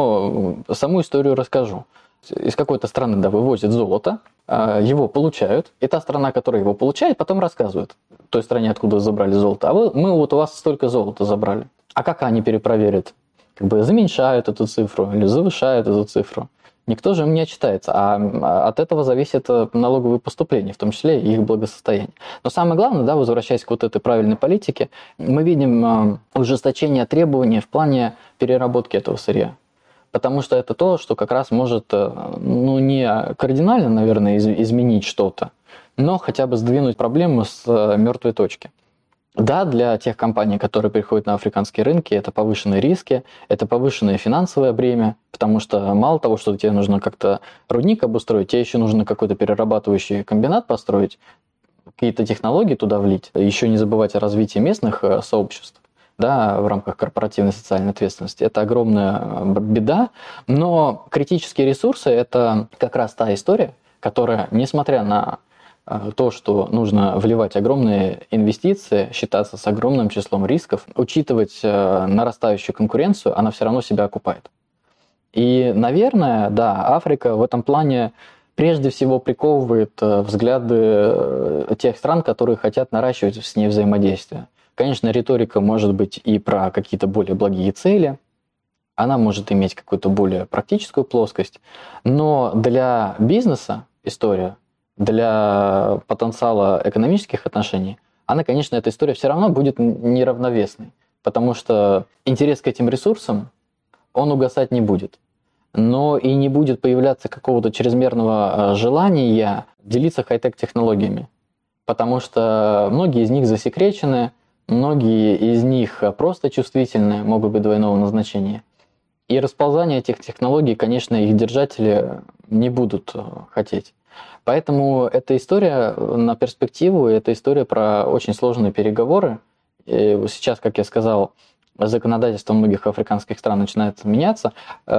но саму историю расскажу. Из какой-то страны, да, вывозят золото, его получают, и та страна, которая его получает, потом рассказывает той стране, откуда забрали золото. А вы, мы вот у вас столько золота забрали. А как они перепроверят? Как бы заменьшают эту цифру или завышают эту цифру. Никто же им не отчитается, а от этого зависит налоговые поступления, в том числе и их благосостояние. Но самое главное, да, возвращаясь к вот этой правильной политике, мы видим ужесточение требований в плане переработки этого сырья. Потому что это то, что как раз может, ну, не кардинально, наверное, изменить что-то, но хотя бы сдвинуть проблему с мертвой точки. Да, для тех компаний, которые приходят на африканские рынки, это повышенные риски, это повышенное финансовое бремя, потому что мало того, что тебе нужно как-то рудник обустроить, тебе еще нужно какой-то перерабатывающий комбинат построить, какие-то технологии туда влить, еще не забывать о развитии местных сообществ, да, в рамках корпоративной социальной ответственности. Это огромная беда, но критические ресурсы – это как раз та история, которая, несмотря на то, что нужно вливать огромные инвестиции, считаться с огромным числом рисков, учитывать нарастающую конкуренцию, она все равно себя окупает. И, наверное, да, Африка в этом плане прежде всего приковывает взгляды тех стран, которые хотят наращивать с ней взаимодействие. Конечно, риторика может быть и про какие-то более благие цели, она может иметь какую-то более практическую плоскость, но для бизнеса история, для потенциала экономических отношений, она, конечно, эта история все равно будет неравновесной, потому что интерес к этим ресурсам, он угасать не будет. но и не будет появляться какого-то чрезмерного желания делиться хай-тек технологиями, потому что многие из них засекречены, многие из них просто чувствительны, могут быть двойного назначения. И расползание этих технологий, конечно, их держатели не будут хотеть. Поэтому эта история на перспективу, это история про очень сложные переговоры. И сейчас, как я сказал, законодательство многих африканских стран начинает меняться.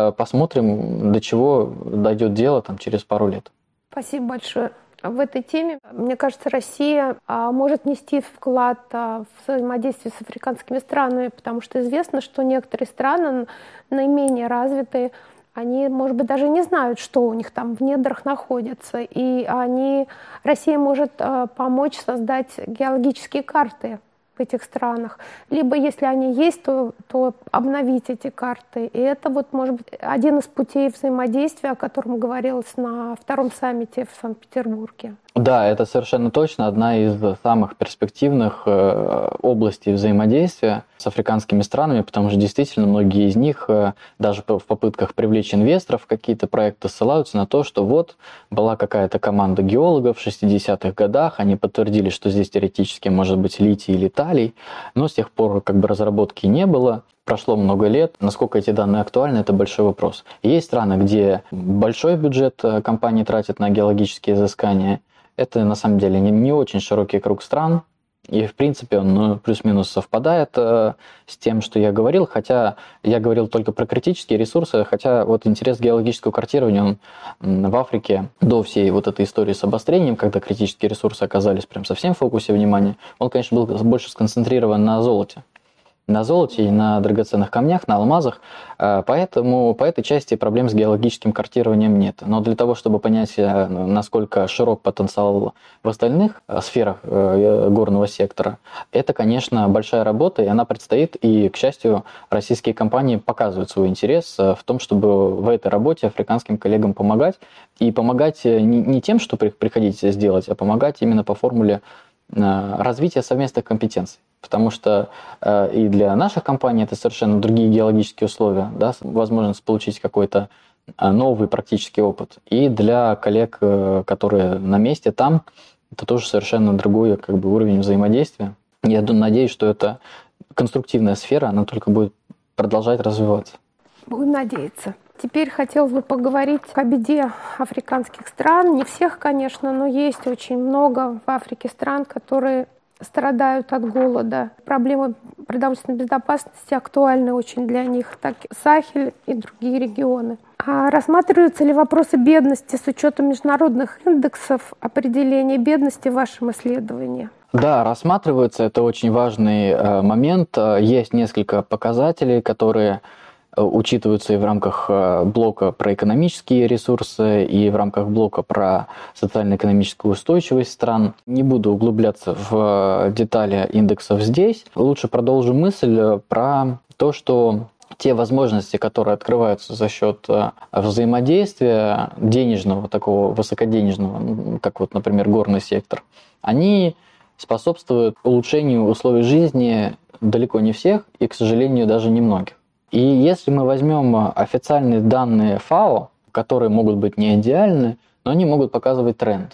Посмотрим, до чего дойдет дело там, через пару лет. Спасибо большое. В этой теме, мне кажется, Россия может нести вклад в взаимодействие с африканскими странами, потому что известно, что некоторые страны, наименее развитые, они, может быть, даже не знают, что у них там в недрах находится, и они, Россия может помочь создать геологические карты в этих странах. Либо, если они есть, то, то обновить эти карты. И это, вот, может быть, один из путей взаимодействия, о котором говорилось на втором саммите в Санкт-Петербурге. Да, это совершенно точно одна из самых перспективных областей взаимодействия с африканскими странами, потому что действительно многие из них даже в попытках привлечь инвесторов в какие-то проекты ссылаются на то, что вот была какая-то команда геологов в шестидесятых годах, они подтвердили, что здесь теоретически может быть литий или талий, но с тех пор как бы разработки не было. Прошло много лет. Насколько эти данные актуальны, это большой вопрос. Есть страны, где большой бюджет компании тратят на геологические изыскания. Это на самом деле не, не очень широкий круг стран, и в принципе он ну, плюс-минус совпадает э, с тем, что я говорил, хотя я говорил только про критические ресурсы, хотя вот интерес к геологическому картированию он в Африке до всей вот этой истории с обострением, когда критические ресурсы оказались прям совсем в фокусе внимания, он, конечно, был больше сконцентрирован на золоте. на золоте и на драгоценных камнях, на алмазах, поэтому по этой части проблем с геологическим картированием нет. Но для того, чтобы понять, насколько широк потенциал в остальных сферах горного сектора, это, конечно, большая работа, и она предстоит, и, к счастью, российские компании показывают свой интерес в том, чтобы в этой работе африканским коллегам помогать, и помогать не тем, что приходите сделать, а помогать именно по формуле развития совместных компетенций. Потому что э, и для наших компаний это совершенно другие геологические условия, да, возможность получить какой-то новый практический опыт. И для коллег, э, которые на месте там, это тоже совершенно другой как бы, уровень взаимодействия. Я надеюсь, что это конструктивная сфера, она только будет продолжать развиваться. Будем надеяться. Теперь хотелось бы поговорить о беде африканских стран. Не всех, конечно, но есть очень много в Африке стран, которые страдают от голода. Проблемы продовольственной безопасности актуальны очень для них, так и Сахель и другие регионы. А рассматриваются ли вопросы бедности с учетом международных индексов определения бедности в вашем исследовании? Да, рассматриваются. Это очень важный э, момент. Есть несколько показателей, которые учитываются и в рамках блока про экономические ресурсы, и в рамках блока про социально-экономическую устойчивость стран. Не буду углубляться в детали индексов здесь. Лучше продолжу мысль про то, что те возможности, которые открываются за счет взаимодействия денежного, такого высокоденежного, как вот, например, горный сектор, они способствуют улучшению условий жизни далеко не всех и, к сожалению, даже немногих. И если мы возьмем официальные данные ФАО, которые могут быть не идеальны, но они могут показывать тренд.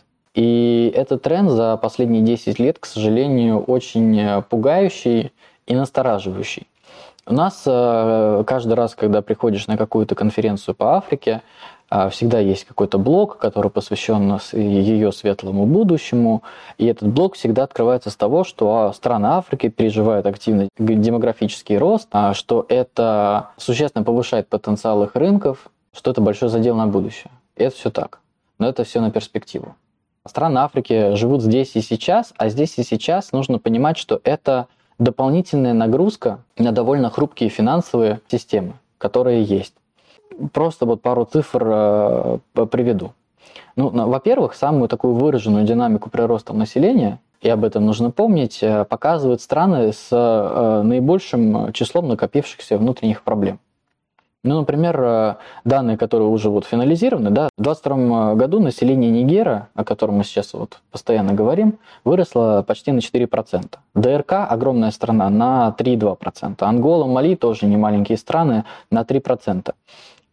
И этот тренд за последние десять лет, к сожалению, очень пугающий и настораживающий. У нас каждый раз, когда приходишь на какую-то конференцию по Африке, всегда есть какой-то блок, который посвящен ее светлому будущему. И этот блок всегда открывается с того, что страны Африки переживают активный демографический рост, что это существенно повышает потенциал их рынков, что это большой задел на будущее. И это все так. Но это все на перспективу. Страны Африки живут здесь и сейчас, а здесь и сейчас нужно понимать, что это дополнительная нагрузка на довольно хрупкие финансовые системы, которые есть. Просто вот пару цифр э, приведу. Ну, во-первых, самую такую выраженную динамику прироста населения, и об этом нужно помнить, показывают страны с э, наибольшим числом накопившихся внутренних проблем. Ну, например, данные, которые уже вот финализированы, да, в двадцать втором году население Нигера, о котором мы сейчас вот постоянно говорим, выросло почти на четыре процента. ДРК, огромная страна, на три и две десятых процента. Ангола, Мали, тоже не маленькие страны, на три процента.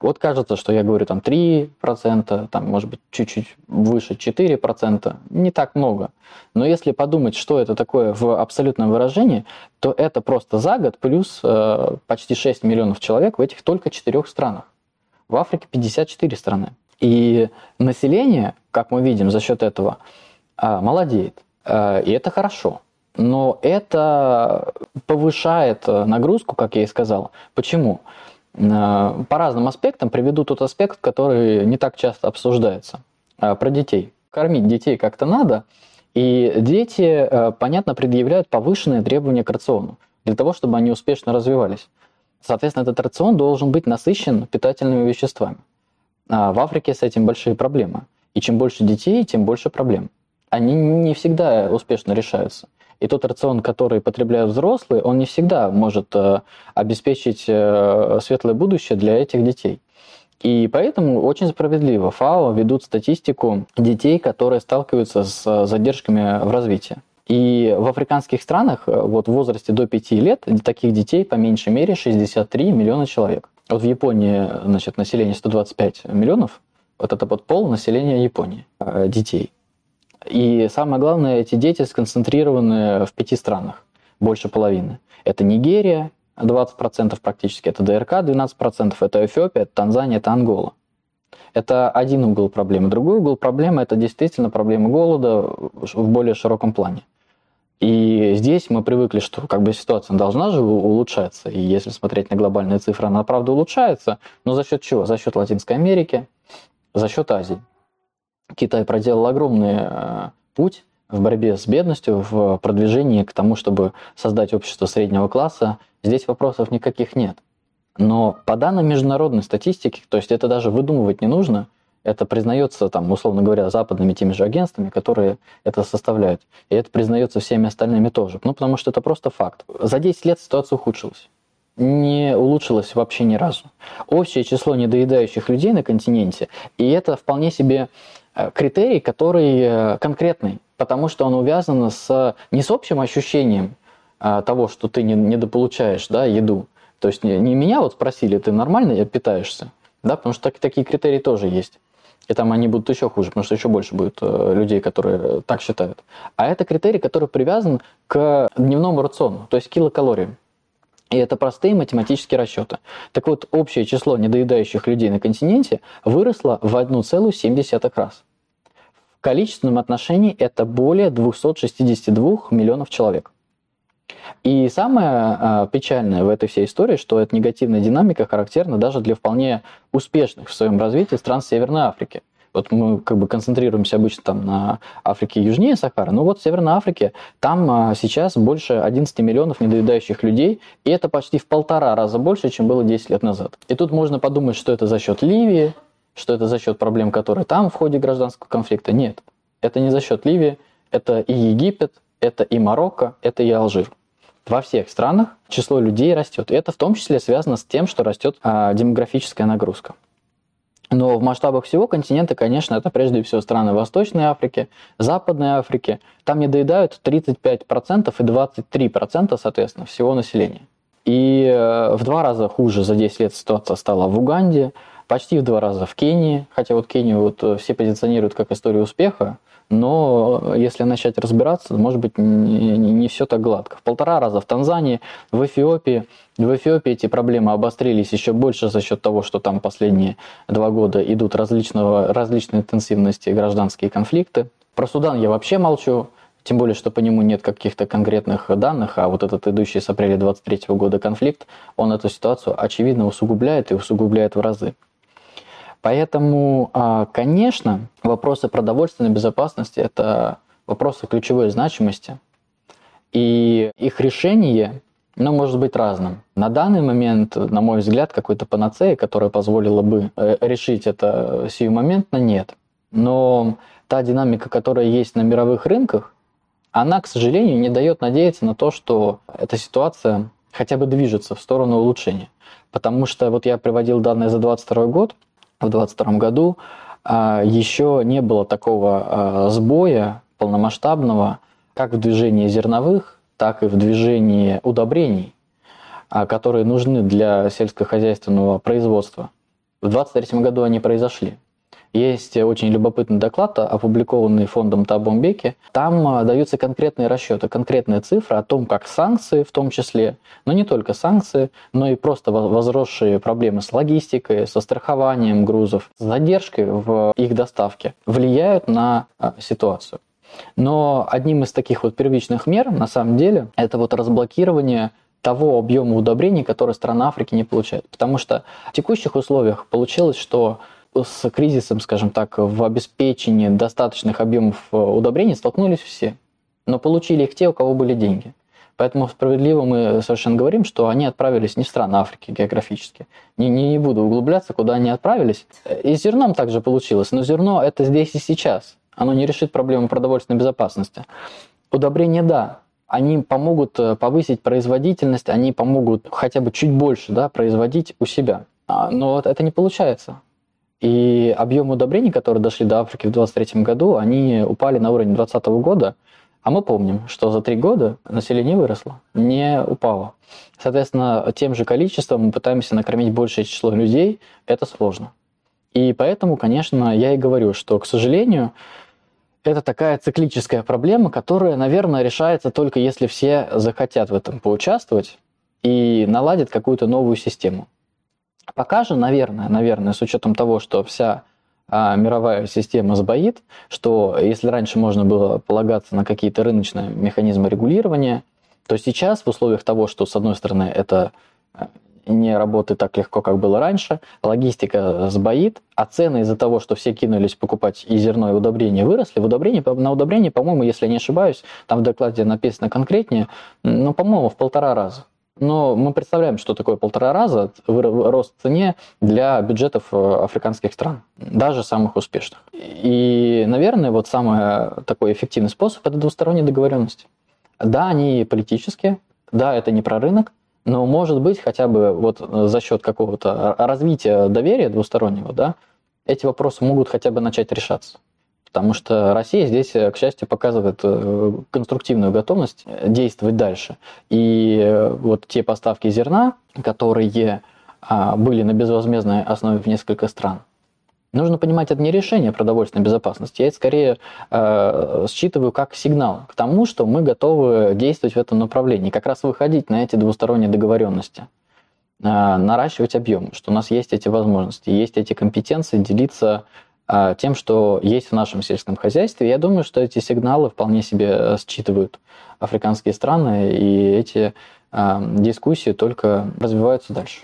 Вот кажется, что я говорю там три процента, там может быть чуть-чуть выше четыре процента, не так много. Но если подумать, что это такое в абсолютном выражении, то это просто за год плюс э, почти шесть миллионов человек в этих только четырех странах. В Африке пятьдесят четыре страны. И население, как мы видим, за счет этого э, молодеет. Э, и это хорошо. Но это повышает нагрузку, как я и сказал. Почему? По разным аспектам приведу тот аспект, который не так часто обсуждается. Про детей. Кормить детей как-то надо, и дети, понятно, предъявляют повышенные требования к рациону, для того, чтобы они успешно развивались. Соответственно, этот рацион должен быть насыщен питательными веществами. А в Африке с этим большие проблемы. И чем больше детей, тем больше проблем. Они не всегда успешно решаются. И тот рацион, который потребляют взрослые, он не всегда может э, обеспечить э, светлое будущее для этих детей. И поэтому очень справедливо ФАО ведут статистику детей, которые сталкиваются с задержками в развитии. И в африканских странах вот, в возрасте до пяти лет таких детей по меньшей мере шестьдесят три миллиона человек. Вот в Японии, значит, население сто двадцать пять миллионов, вот это вот пол населения Японии, э, детей. И самое главное, эти дети сконцентрированы в пяти странах, больше половины. Это Нигерия, двадцать процентов практически, это ДРК, двенадцать процентов, это Эфиопия, это Танзания, это Ангола. Это один угол проблемы. Другой угол проблемы – это действительно проблема голода в более широком плане. И здесь мы привыкли, что как бы ситуация должна же улучшаться. И если смотреть на глобальные цифры, она правда улучшается. Но за счет чего? За счет Латинской Америки, за счет Азии. Китай проделал огромный э, путь в борьбе с бедностью, в продвижении к тому, чтобы создать общество среднего класса. Здесь вопросов никаких нет. Но по данным международной статистики, то есть это даже выдумывать не нужно, это признается, там, условно говоря, западными теми же агентствами, которые это составляют. И это признается всеми остальными тоже. Ну, потому что это просто факт. За десять лет ситуация ухудшилась. Не улучшилась вообще ни разу. Общее число недоедающих людей на континенте, и это вполне себе критерий, который конкретный, потому что он увязан с, не с общим ощущением того, что ты недополучаешь, да, еду. То есть не, не меня вот спросили, ты нормально питаешься? Да, потому что так, такие критерии тоже есть. И там они будут еще хуже, потому что еще больше будет людей, которые так считают. А это критерий, который привязан к дневному рациону, то есть килокалориям. И это простые математические расчеты. Так вот, общее число недоедающих людей на континенте выросло в одна целая семь десятых раз. В количественном отношении это более двести шестьдесят два миллионов человек. И самое э, печальное в этой всей истории, что эта негативная динамика характерна даже для вполне успешных в своем развитии стран Северной Африки. Вот мы как бы концентрируемся обычно там на Африке южнее Сахары, но вот в Северной Африке там а, сейчас больше одиннадцать миллионов недоедающих людей, и это почти в полтора раза больше, чем было десять лет назад. И тут можно подумать, что это за счет Ливии, что это за счет проблем, которые там в ходе гражданского конфликта. Нет, это не за счет Ливии, это и Египет, это и Марокко, это и Алжир. Во всех странах число людей растет, и это в том числе связано с тем, что растет а, демографическая нагрузка. Но в масштабах всего континента, конечно, это прежде всего страны Восточной Африки, Западной Африки. Там недоедают тридцать пять процентов и двадцать три процента, соответственно, всего населения. И в два раза хуже за десять лет ситуация стала в Уганде, почти в два раза в Кении. Хотя вот Кению вот все позиционируют как историю успеха, но если начать разбираться, может быть, не, не, не все так гладко. В полтора раза в Танзании, в Эфиопии. В Эфиопии эти проблемы обострились еще больше за счет того, что там последние два года идут различного, различной интенсивности гражданские конфликты. Про Судан я вообще молчу, тем более, что по нему нет каких-то конкретных данных, а вот этот идущий с апреля двадцать третьего года конфликт, он эту ситуацию очевидно усугубляет и усугубляет в разы. Поэтому, конечно, вопросы продовольственной безопасности – это вопросы ключевой значимости, и их решение, ну, может быть разным. На данный момент, на мой взгляд, какой-то панацеи, которая позволила бы решить это сиюмоментно, нет. Но та динамика, которая есть на мировых рынках, она, к сожалению, не дает надеяться на то, что эта ситуация хотя бы движется в сторону улучшения. Потому что вот я приводил данные за двадцать второй год, в двадцать втором году еще не было такого сбоя полномасштабного как в движении зерновых, так и в движении удобрений, которые нужны для сельскохозяйственного производства. В двадцать третьем году они произошли. Есть очень любопытный доклад, опубликованный фондом Thabo Mbeki. Там даются конкретные расчеты, конкретные цифры о том, как санкции в том числе, но не только санкции, но и просто возросшие проблемы с логистикой, со страхованием грузов, с задержкой в их доставке влияют на ситуацию. Но одним из таких вот первичных мер, на самом деле, это вот разблокирование того объема удобрений, который страны Африки не получают. Потому что в текущих условиях получилось, что с кризисом, скажем так, в обеспечении достаточных объемов удобрений столкнулись все. Но получили их те, у кого были деньги. Поэтому справедливо мы совершенно говорим, что они отправились не в страны Африки географически. Не, не, не буду углубляться, куда они отправились. И с зерном также получилось. Но зерно это здесь и сейчас. Оно не решит проблему продовольственной безопасности. Удобрения, да. Они помогут повысить производительность, они помогут хотя бы чуть больше, да, производить у себя. Но вот это не получается. И объем удобрений, которые дошли до Африки в двадцать третьем году, они упали на уровень двадцатого года. А мы помним, что за три года население выросло, не упало. Соответственно, тем же количеством мы пытаемся накормить большее число людей. Это сложно. И поэтому, конечно, я и говорю, что, к сожалению, это такая циклическая проблема, которая, наверное, решается только если все захотят в этом поучаствовать и наладят какую-то новую систему. Пока же, наверное, наверное, с учетом того, что вся а, мировая система сбоит, что если раньше можно было полагаться на какие-то рыночные механизмы регулирования, то сейчас в условиях того, что, с одной стороны, это не работает так легко, как было раньше, логистика сбоит, а цены из-за того, что все кинулись покупать и зерно, и удобрения выросли. В удобрении, на удобрение, по-моему, если я не ошибаюсь, там в докладе написано конкретнее, ну, по-моему, в полтора раза. Но мы представляем, что такое полтора раза рост в цене для бюджетов африканских стран, даже самых успешных. И, наверное, вот самый такой эффективный способ – это двусторонние договоренности. Да, они политические, да, это не про рынок, но, может быть, хотя бы вот за счет какого-то развития доверия двустороннего, да, эти вопросы могут хотя бы начать решаться. Потому что Россия здесь, к счастью, показывает конструктивную готовность действовать дальше. И вот те поставки зерна, которые были на безвозмездной основе в несколько стран, нужно понимать, это не решение продовольственной безопасности. Я это скорее э, считываю как сигнал к тому, что мы готовы действовать в этом направлении, как раз выходить на эти двусторонние договоренности, э, наращивать объем, что у нас есть эти возможности, есть эти компетенции, делиться э, тем, что есть в нашем сельском хозяйстве. Я думаю, что эти сигналы вполне себе считывают африканские страны, и эти э, дискуссии только развиваются дальше.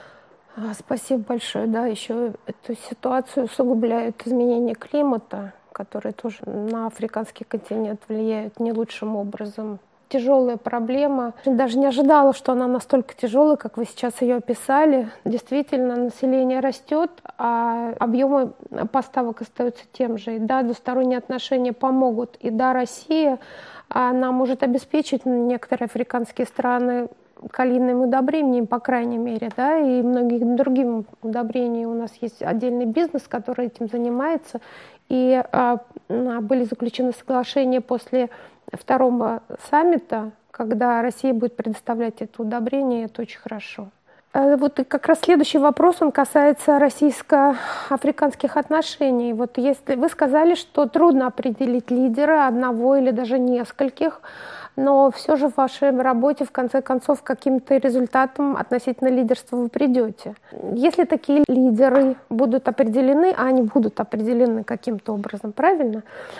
Спасибо большое. Да, еще эту ситуацию усугубляют изменения климата, которые тоже на африканский континент влияют не лучшим образом. Тяжелая проблема. Даже не ожидала, что она настолько тяжелая, как вы сейчас ее описали. Действительно, население растет, а объемы поставок остаются тем же. И да, двусторонние отношения помогут. И да, Россия, она может обеспечить некоторые африканские страны калийным удобрением, по крайней мере, да, и многих другим удобрениям. У нас есть отдельный бизнес, который этим занимается, и а, были заключены соглашения после второго саммита, когда Россия будет предоставлять это удобрение, и это очень хорошо. Вот как раз следующий вопрос, он касается российско-африканских отношений. Вот если вы сказали, что трудно определить лидера одного или даже нескольких, но все же в вашей работе, в конце концов, к каким-то результатам относительно лидерства вы придете. Если такие лидеры будут определены, а они будут определены каким-то образом, правильно,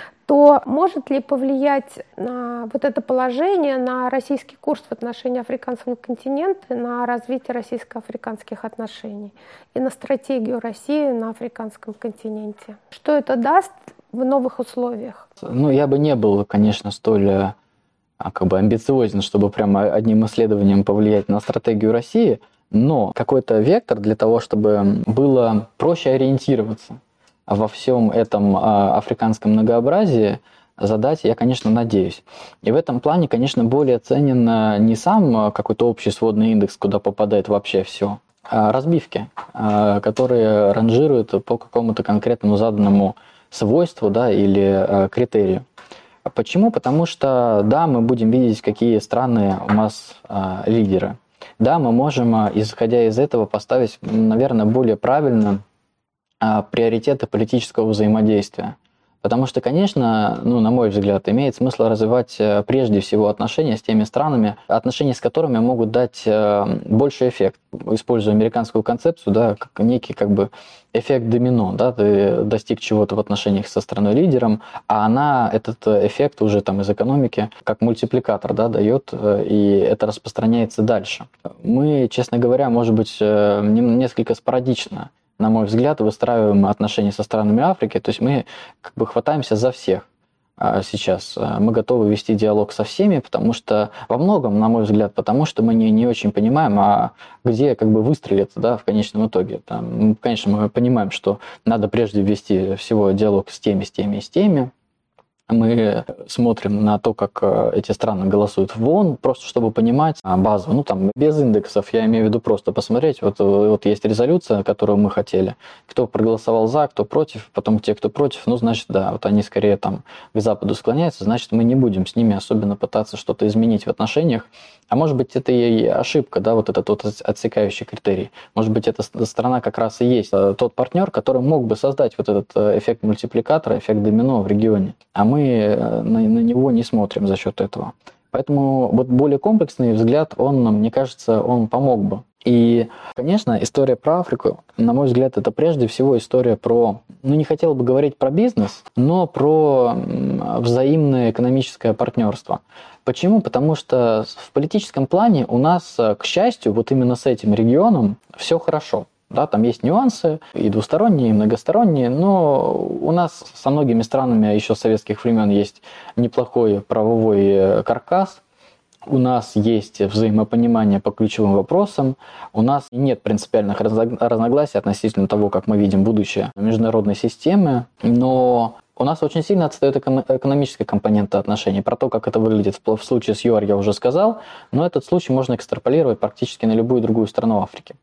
то может ли повлиять на вот это положение на российский курс в отношении африканского континента, на развитие российско-африканских отношений и на стратегию России на африканском континенте? Что это даст в новых условиях? Ну, я бы не был, конечно, столь как бы амбициозен, чтобы прямо одним исследованием повлиять на стратегию России, но какой-то вектор для того, чтобы было проще ориентироваться во всем этом африканском многообразии, задать, я, конечно, надеюсь. И в этом плане, конечно, более ценен не сам какой-то общий сводный индекс, куда попадает вообще все, а разбивки, которые ранжируют по какому-то конкретному заданному свойству, да, или критерию. Почему? Потому что, да, мы будем видеть, какие страны у нас лидеры. Да, мы можем, исходя из этого, поставить, наверное, более правильно приоритеты политического взаимодействия. Потому что, конечно, ну, на мой взгляд, имеет смысл развивать прежде всего отношения с теми странами, отношения с которыми могут дать больший эффект. Используя американскую концепцию, да, как некий как бы эффект домино. Да, ты достиг чего-то в отношениях со страной-лидером, а она этот эффект уже там, из экономики как мультипликатор, да, дает, и это распространяется дальше. Мы, честно говоря, может быть, несколько спорадично, на мой взгляд, выстраиваем отношения со странами Африки, то есть мы как бы хватаемся за всех сейчас. Мы готовы вести диалог со всеми, потому что, во многом, на мой взгляд, потому что мы не, не очень понимаем, а где как бы выстрелит, да, в конечном итоге. Там, конечно, мы понимаем, что надо прежде вести всего диалог с теми, с теми и с теми. Мы смотрим на то, как эти страны голосуют в ООН, просто чтобы понимать базу. Ну, там, без индексов, я имею в виду просто посмотреть. Вот, вот есть резолюция, которую мы хотели. Кто проголосовал за, кто против, потом те, кто против, ну, значит, да, вот они скорее там к Западу склоняются, значит, мы не будем с ними особенно пытаться что-то изменить в отношениях. А может быть, это и ошибка, да, вот этот вот отсекающий критерий. Может быть, эта страна как раз и есть тот партнер, который мог бы создать вот этот эффект мультипликатора, эффект домино в регионе. А мы на, на него не смотрим за счет этого. Поэтому вот более комплексный взгляд, он, мне кажется, он помог бы. И, конечно, история про Африку, на мой взгляд, это прежде всего история про, ну, не хотел бы говорить про бизнес, но про взаимное экономическое партнерство. Почему? Потому что в политическом плане у нас, к счастью, вот именно с этим регионом все хорошо. Да, там есть нюансы, и двусторонние, и многосторонние, но у нас со многими странами еще с советских времен есть неплохой правовой каркас, у нас есть взаимопонимание по ключевым вопросам, у нас нет принципиальных разногласий относительно того, как мы видим будущее международной системы, но у нас очень сильно отстает экономическая компонента отношений. Про то, как это выглядит в случае с ЮАР, я уже сказал, но этот случай можно экстраполировать практически на любую другую страну Африки.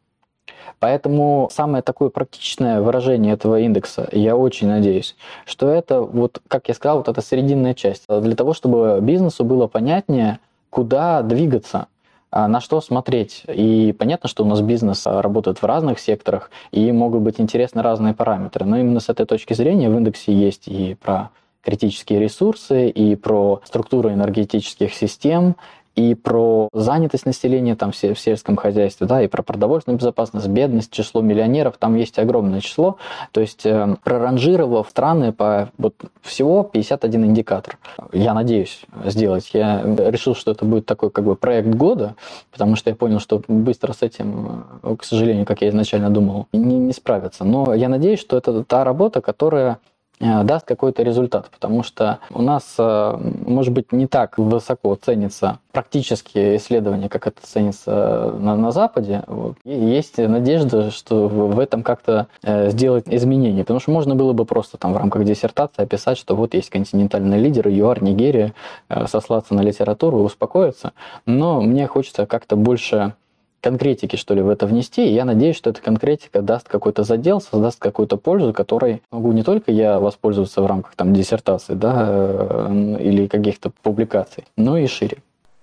Поэтому самое такое практичное выражение этого индекса, я очень надеюсь, что это, вот, как я сказал, вот эта срединная часть. Для того, чтобы бизнесу было понятнее, куда двигаться, на что смотреть. И понятно, что у нас бизнес работает в разных секторах, и могут быть интересны разные параметры. Но именно с этой точки зрения в индексе есть и про критические ресурсы, и про структуру энергетических систем, и про занятость населения там, в сельском хозяйстве, да, и про продовольственную безопасность, бедность, число миллионеров, там есть огромное число. То есть, э, проранжировав страны по вот, всего пятьдесят один индикатор. Я надеюсь сделать. Я решил, что это будет такой как бы проект года, потому что я понял, что быстро с этим, к сожалению, как я изначально думал, не, не справиться. Но я надеюсь, что это та работа, которая даст какой-то результат, потому что у нас, может быть, не так высоко ценятся практические исследования, как это ценится на, на Западе. Вот. И есть надежда, что в этом как-то сделать изменения, потому что можно было бы просто там в рамках диссертации описать, что вот есть континентальные лидеры, ЮАР, Нигерия, сослаться на литературу и успокоиться, но мне хочется как-то больше конкретики, что ли, в это внести, и я надеюсь, что эта конкретика даст какой-то задел, создаст какую-то пользу, которой могу не только я воспользоваться в рамках там диссертации, да, или каких-то публикаций, но и шире.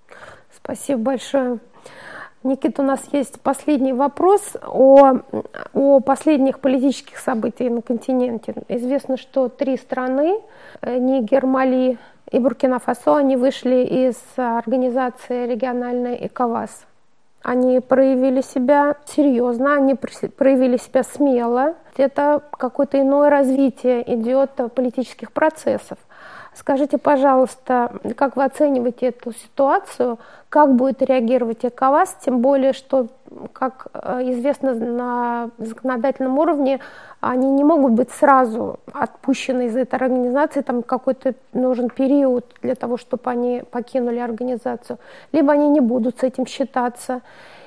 Спасибо большое. Никита, у нас есть последний вопрос о, о последних политических событиях на континенте. Известно, что три страны, Нигер, Мали и Буркина-Фасо, они вышли из организации региональной ЭКОВАС. Они проявили себя серьезно, они проявили себя смело. Это какое-то иное развитие идет политических процессов. Скажите, пожалуйста, как вы оцениваете эту ситуацию, как будет реагировать ЭКОВАС, тем более, что, как известно, на законодательном уровне они не могут быть сразу отпущены из этой организации, там какой-то нужен период для того, чтобы они покинули организацию, либо они не будут с этим считаться.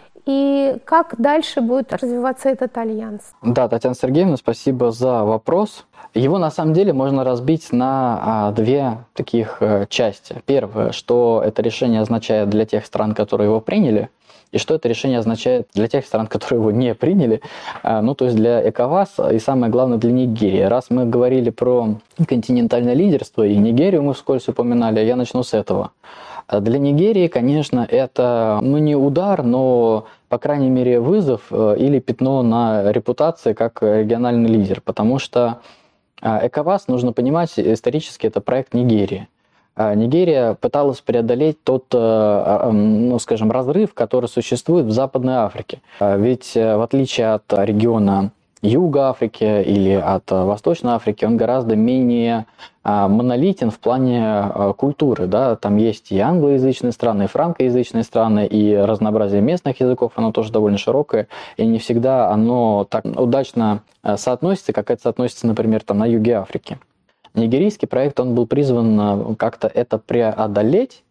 И как дальше будет развиваться этот альянс? Да, Татьяна Сергеевна, спасибо за вопрос. Его на самом деле можно разбить на а, две таких а, части. Первое, что это решение означает для тех стран, которые его приняли, и что это решение означает для тех стран, которые его не приняли, а, ну то есть для ЭКОВАС и самое главное для Нигерии. Раз мы говорили про континентальное лидерство и Нигерию мы вскользь упоминали, я начну с этого. Для Нигерии, конечно, это, ну, не удар, но по крайней мере, вызов или пятно на репутации как региональный лидер, потому что ЭКОВАС, нужно понимать, исторически это проект Нигерии. Нигерия пыталась преодолеть тот, ну, скажем, разрыв, который существует в Западной Африке. Ведь в отличие от региона Юга Африки или от Восточной Африки, он гораздо менее монолитен в плане культуры. Да? Там есть и англоязычные страны, и франкоязычные страны, и разнообразие местных языков, оно тоже довольно широкое, и не всегда оно так удачно соотносится, как это соотносится, например, там, на юге Африки. Нигерийский проект, он был призван как-то это преодолеть.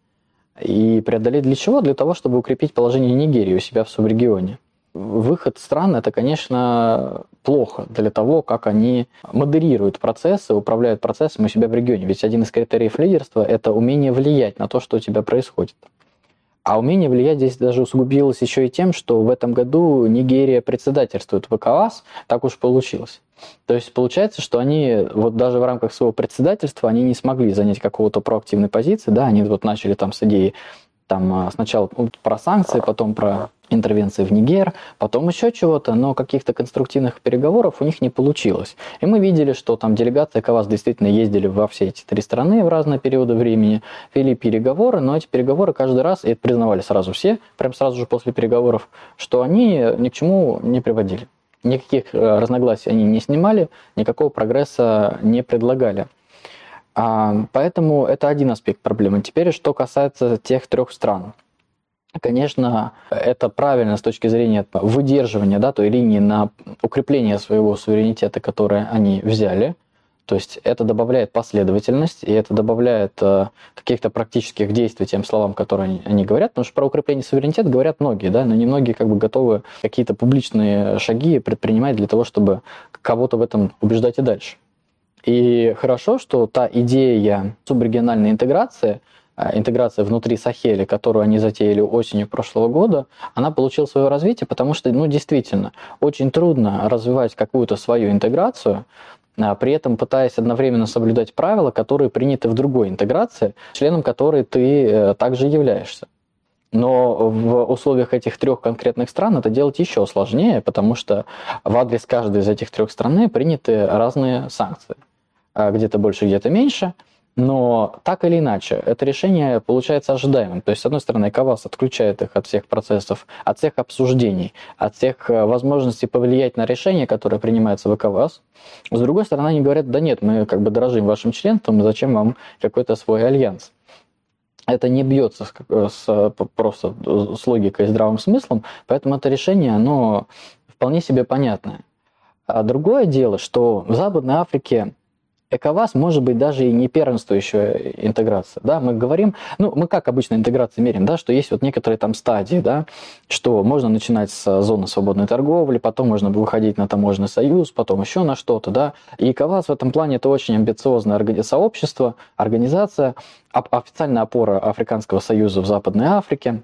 И преодолеть для чего? Для того, чтобы укрепить положение Нигерии у себя в субрегионе. Выход стран – это, конечно, плохо для того, как они модерируют процессы, управляют процессом у себя в регионе. Ведь один из критериев лидерства – это умение влиять на то, что у тебя происходит. А умение влиять здесь даже усугубилось еще и тем, что в этом году Нигерия председательствует в ЭКОВАС, так уж получилось. То есть получается, что они вот даже в рамках своего председательства они не смогли занять какого-то проактивной позиции, да, они вот начали там с идеи там сначала про санкции, потом про интервенции в Нигер, потом еще чего-то, но каких-то конструктивных переговоров у них не получилось. И мы видели, что там делегации ЭКОВАС действительно ездили во все эти три страны в разные периоды времени, вели переговоры, но эти переговоры каждый раз, и это признавали сразу все, прям сразу же после переговоров, что они ни к чему не приводили. Никаких разногласий они не снимали, никакого прогресса не предлагали. А, поэтому это один аспект проблемы. Теперь, что касается тех трех стран. Конечно, это правильно с точки зрения выдерживания, да, той линии на укрепление своего суверенитета, который они взяли. То есть это добавляет последовательность, и это добавляет э, каких-то практических действий тем словам, которые они, они говорят. Потому что про укрепление суверенитета говорят многие, да, но немногие как бы готовы какие-то публичные шаги предпринимать для того, чтобы кого-то в этом убеждать и дальше. И хорошо, что та идея субрегиональной интеграции, интеграция внутри Сахеля, которую они затеяли осенью прошлого года, она получила свое развитие, потому что, ну, действительно, очень трудно развивать какую-то свою интеграцию, при этом пытаясь одновременно соблюдать правила, которые приняты в другой интеграции, членом которой ты также являешься. Но в условиях этих трех конкретных стран это делать еще сложнее, потому что в адрес каждой из этих трех стран приняты разные санкции. Где-то больше, где-то меньше. Но так или иначе, это решение получается ожидаемым. То есть, с одной стороны, ЭКОВАС отключает их от всех процессов, от всех обсуждений, от всех возможностей повлиять на решения, которые принимаются в ЭКОВАС. С другой стороны, они говорят, да нет, мы как бы дорожим вашим членством, зачем вам какой-то свой альянс? Это не бьется с, с, просто с логикой и здравым смыслом, поэтому это решение, оно вполне себе понятное. А другое дело, что в Западной Африке ЭКОВАС может быть даже и не первенствующая интеграция. Да? Мы говорим, ну, мы как обычно интеграции меряем, да, что есть вот некоторые там стадии, да, что можно начинать с зоны свободной торговли, потом можно выходить на таможенный союз, потом еще на что-то. Да? И ЭКОВАС в этом плане это очень амбициозное сообщество, организация, официальная опора Африканского союза в Западной Африке,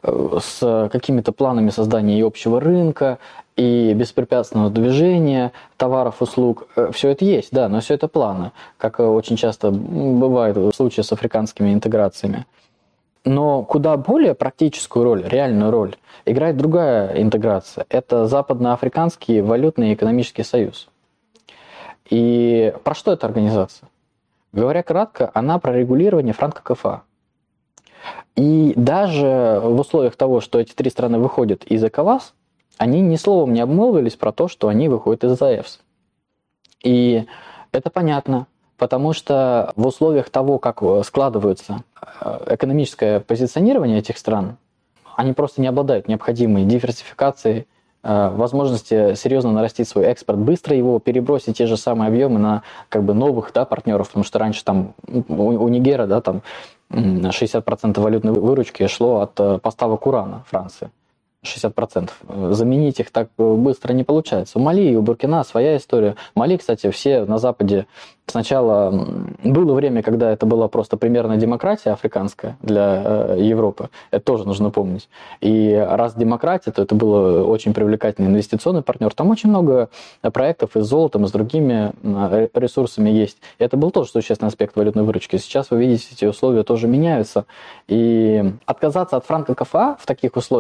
с какими-то планами создания и общего рынка, и беспрепятственного движения товаров, услуг. Все это есть, да, но все это планы, как очень часто бывает в случае с африканскими интеграциями. Но куда более практическую роль, реальную роль, играет другая интеграция. Это Западноафриканский валютный и экономический союз. И про что эта организация? Говоря кратко, она про регулирование франко-КФА. И даже в условиях того, что эти три страны выходят из ЭКОВАС, они ни словом не обмолвились про то, что они выходят из ЗАЭВС. И это понятно, потому что в условиях того, как складывается экономическое позиционирование этих стран, они просто не обладают необходимой диверсификацией, возможности серьезно нарастить свой экспорт, быстро его перебросить те же самые объемы на как бы новых, да, партнеров, потому что раньше там у, у Нигера, да, там шестьдесят процентов валютной выручки шло от поставок урана Франции. шестьдесят процентов. Заменить их так быстро не получается. У Мали и у Буркина своя история. Мали, кстати, все на Западе сначала было время, когда это была просто примерная демократия африканская для Европы. Это тоже нужно помнить. И раз демократия, то это был очень привлекательный инвестиционный партнер. Там очень много проектов и с золотом, и с другими ресурсами есть. И это был тоже существенный аспект валютной выручки. Сейчас вы видите, эти условия тоже меняются. И отказаться от франко-КФА в таких условиях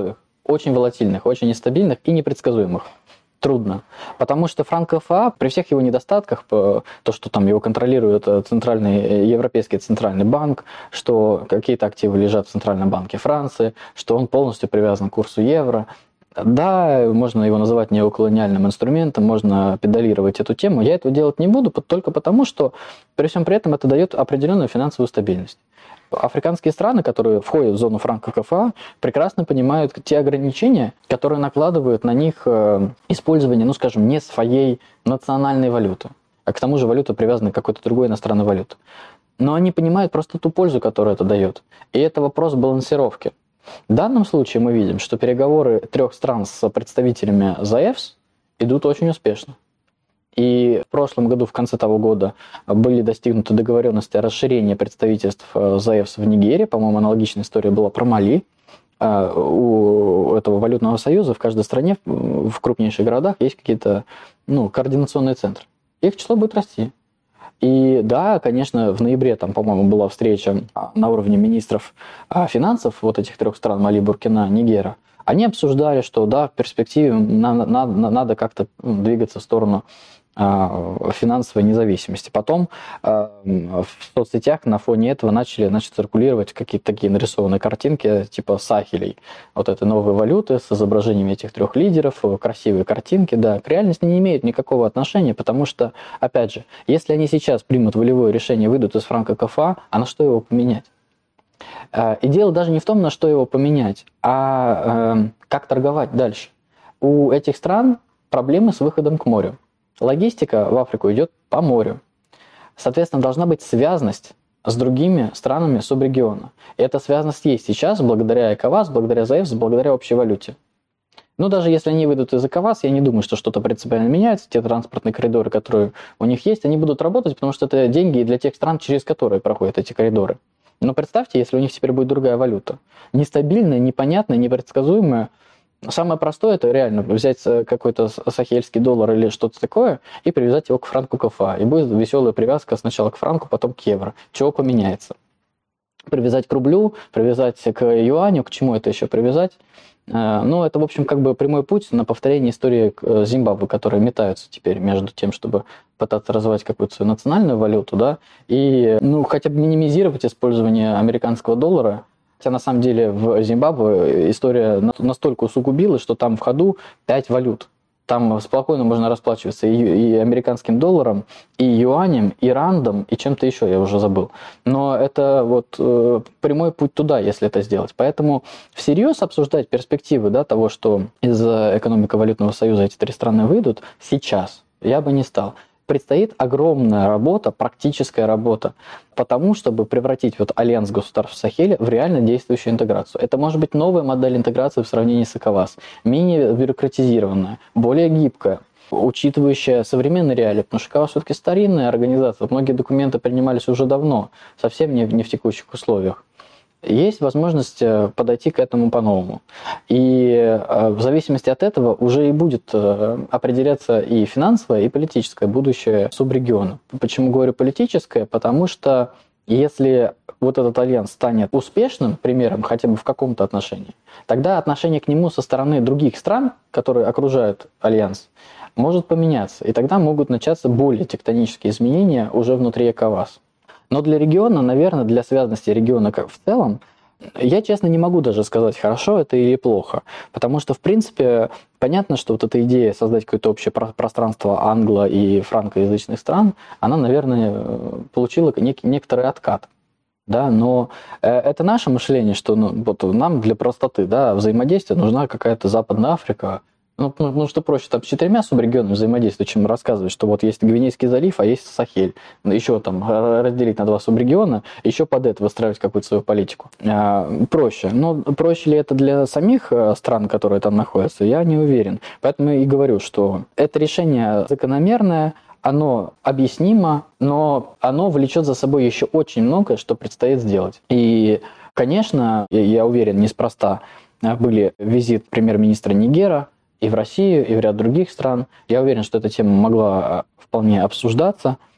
очень волатильных, очень нестабильных и непредсказуемых. Трудно. Потому что франк эф а, при всех его недостатках, то, что там его контролирует центральный, Европейский центральный банк, что какие-то активы лежат в Центральном банке Франции, что он полностью привязан к курсу евро. Да, можно его называть неоколониальным инструментом, можно педалировать эту тему. Я этого делать не буду только потому, что при всем при этом это дает определенную финансовую стабильность. Африканские страны, которые входят в зону франк эф а, прекрасно понимают те ограничения, которые накладывают на них использование, ну скажем, не своей национальной валюты, а к тому же валюта привязана к какой-то другой иностранной валюте. Но они понимают просто ту пользу, которую это дает. И это вопрос балансировки. В данном случае мы видим, что переговоры трех стран с представителями ЗАЭФС идут очень успешно. И в прошлом году, в конце того года, были достигнуты договоренности о расширении представительств ЗАЭФС в Нигерии. По-моему, аналогичная история была про Мали. У этого валютного союза в каждой стране, в крупнейших городах, есть какие-то ну, координационные центры. Их число будет расти. И да, конечно, в ноябре, там, по-моему, была встреча на уровне министров финансов вот этих трех стран, Мали, Буркина, Нигера. Они обсуждали, что да, в перспективе надо, надо, надо как-то двигаться в сторону финансовой независимости. Потом э, в соцсетях на фоне этого начали значит, циркулировать какие-то такие нарисованные картинки типа сахелей, вот этой новой валюты с изображениями этих трех лидеров, красивые картинки, да, к реальности не имеют никакого отношения, потому что, опять же, если они сейчас примут волевое решение, выйдут из франк эф а, а на что его поменять? Э, и дело даже не в том, на что его поменять, а э, как торговать дальше. У этих стран проблемы с выходом к морю. Логистика в Африку идет по морю. Соответственно, должна быть связность с другими странами субрегиона. И эта связность есть сейчас благодаря ЭКОВАС, благодаря ЗАЭФС, благодаря общей валюте. Но даже если они выйдут из ЭКОВАС, я не думаю, что что-то принципиально меняется. Те транспортные коридоры, которые у них есть, они будут работать, потому что это деньги для тех стран, через которые проходят эти коридоры. Но представьте, если у них теперь будет другая валюта. Нестабильная, непонятная, непредсказуемая. Самое простое – это реально взять какой-то сахельский доллар или что-то такое и привязать его к франку эф а. И будет веселая привязка сначала к франку, потом к евро. Чего поменяется? Привязать к рублю, привязать к юаню, к чему это еще привязать? Ну, это, в общем, как бы прямой путь на повторение истории Зимбабве, которые метаются теперь между тем, чтобы пытаться развивать какую-то свою национальную валюту, да, и, ну, хотя бы минимизировать использование американского доллара. Хотя на самом деле в Зимбабве история настолько усугубилась, что там в ходу пять валют. Там спокойно можно расплачиваться и, и американским долларом, и юанем, и рандом, и чем-то еще, я уже забыл. Но это вот э, прямой путь туда, если это сделать. Поэтому всерьез обсуждать перспективы, да, того, что из экономико-валютного союза эти три страны выйдут, сейчас я бы не стал. Предстоит огромная работа, практическая работа по тому, чтобы превратить вот альянс государств Сахеля в реально действующую интеграцию. Это может быть новая модель интеграции в сравнении с ЭКОВАС, менее бюрократизированная, более гибкая, учитывающая современные реалии, потому что ЭКОВАС все-таки старинная организация, многие документы принимались уже давно, совсем не в, не в текущих условиях. Есть возможность подойти к этому по-новому. И в зависимости от этого уже и будет определяться и финансовое, и политическое будущее субрегиона. Почему говорю политическое? Потому что если вот этот альянс станет успешным примером хотя бы в каком-то отношении, тогда отношение к нему со стороны других стран, которые окружают альянс, может поменяться. И тогда могут начаться более тектонические изменения уже внутри ЭКОВАС. Но для региона, наверное, для связанности региона как в целом, я, честно, не могу даже сказать, хорошо это или плохо. Потому что, в принципе, понятно, что вот эта идея создать какое-то общее пространство англо- и франкоязычных стран, она, наверное, получила нек- некоторый откат. Да, но это наше мышление, что ну, вот нам для простоты да, взаимодействия нужна какая-то Западная Африка. Ну, ну, что проще, там с четырьмя субрегионами взаимодействовать, чем рассказывать, что вот есть Гвинейский залив, а есть Сахель. Еще там разделить на два субрегиона, еще под это выстраивать какую-то свою политику. А, проще. Но проще ли это для самих стран, которые там находятся, я не уверен. Поэтому и говорю, что это решение закономерное, оно объяснимо, но оно влечет за собой еще очень многое, что предстоит сделать. И, конечно, я уверен, неспроста были визит премьер-министра Нигера, и в Россию, и в ряд других стран. Я уверен, что эта тема могла вполне обсуждаться,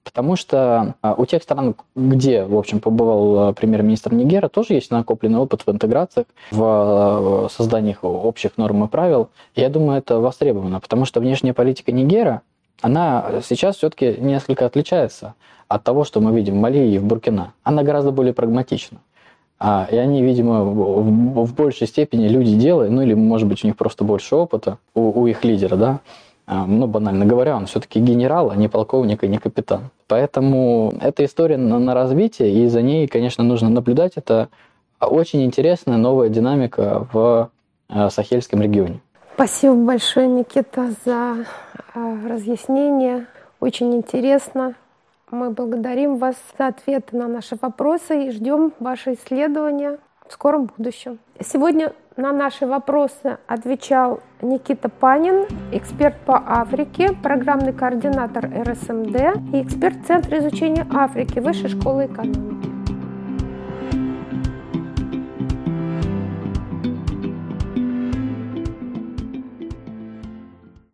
Потому что у тех стран, где, в общем, побывал премьер-министр Нигера, тоже есть накопленный опыт в интеграциях, в создании общих норм и правил. И я думаю, это востребовано, потому что внешняя политика Нигера, она сейчас все-таки несколько отличается от того, что мы видим в Мали и в Буркина. Она гораздо более прагматична. И они, видимо, в большей степени люди дела, ну или, может быть, у них просто больше опыта, у, у их лидера, да, ну, банально говоря, он все-таки генерал, а не полковник и не капитан. Поэтому эта история на, на развитие, и за ней, конечно, нужно наблюдать. Это очень интересная новая динамика в э, Сахельском регионе. Спасибо большое, Никита, за э, разъяснение. Очень интересно. Мы благодарим вас за ответы на наши вопросы и ждем ваши исследования в скором будущем. Сегодня на наши вопросы отвечал Никита Панин, эксперт по Африке, программный координатор эр эс эм дэ и эксперт Центра изучения Африки Высшей школы экономики.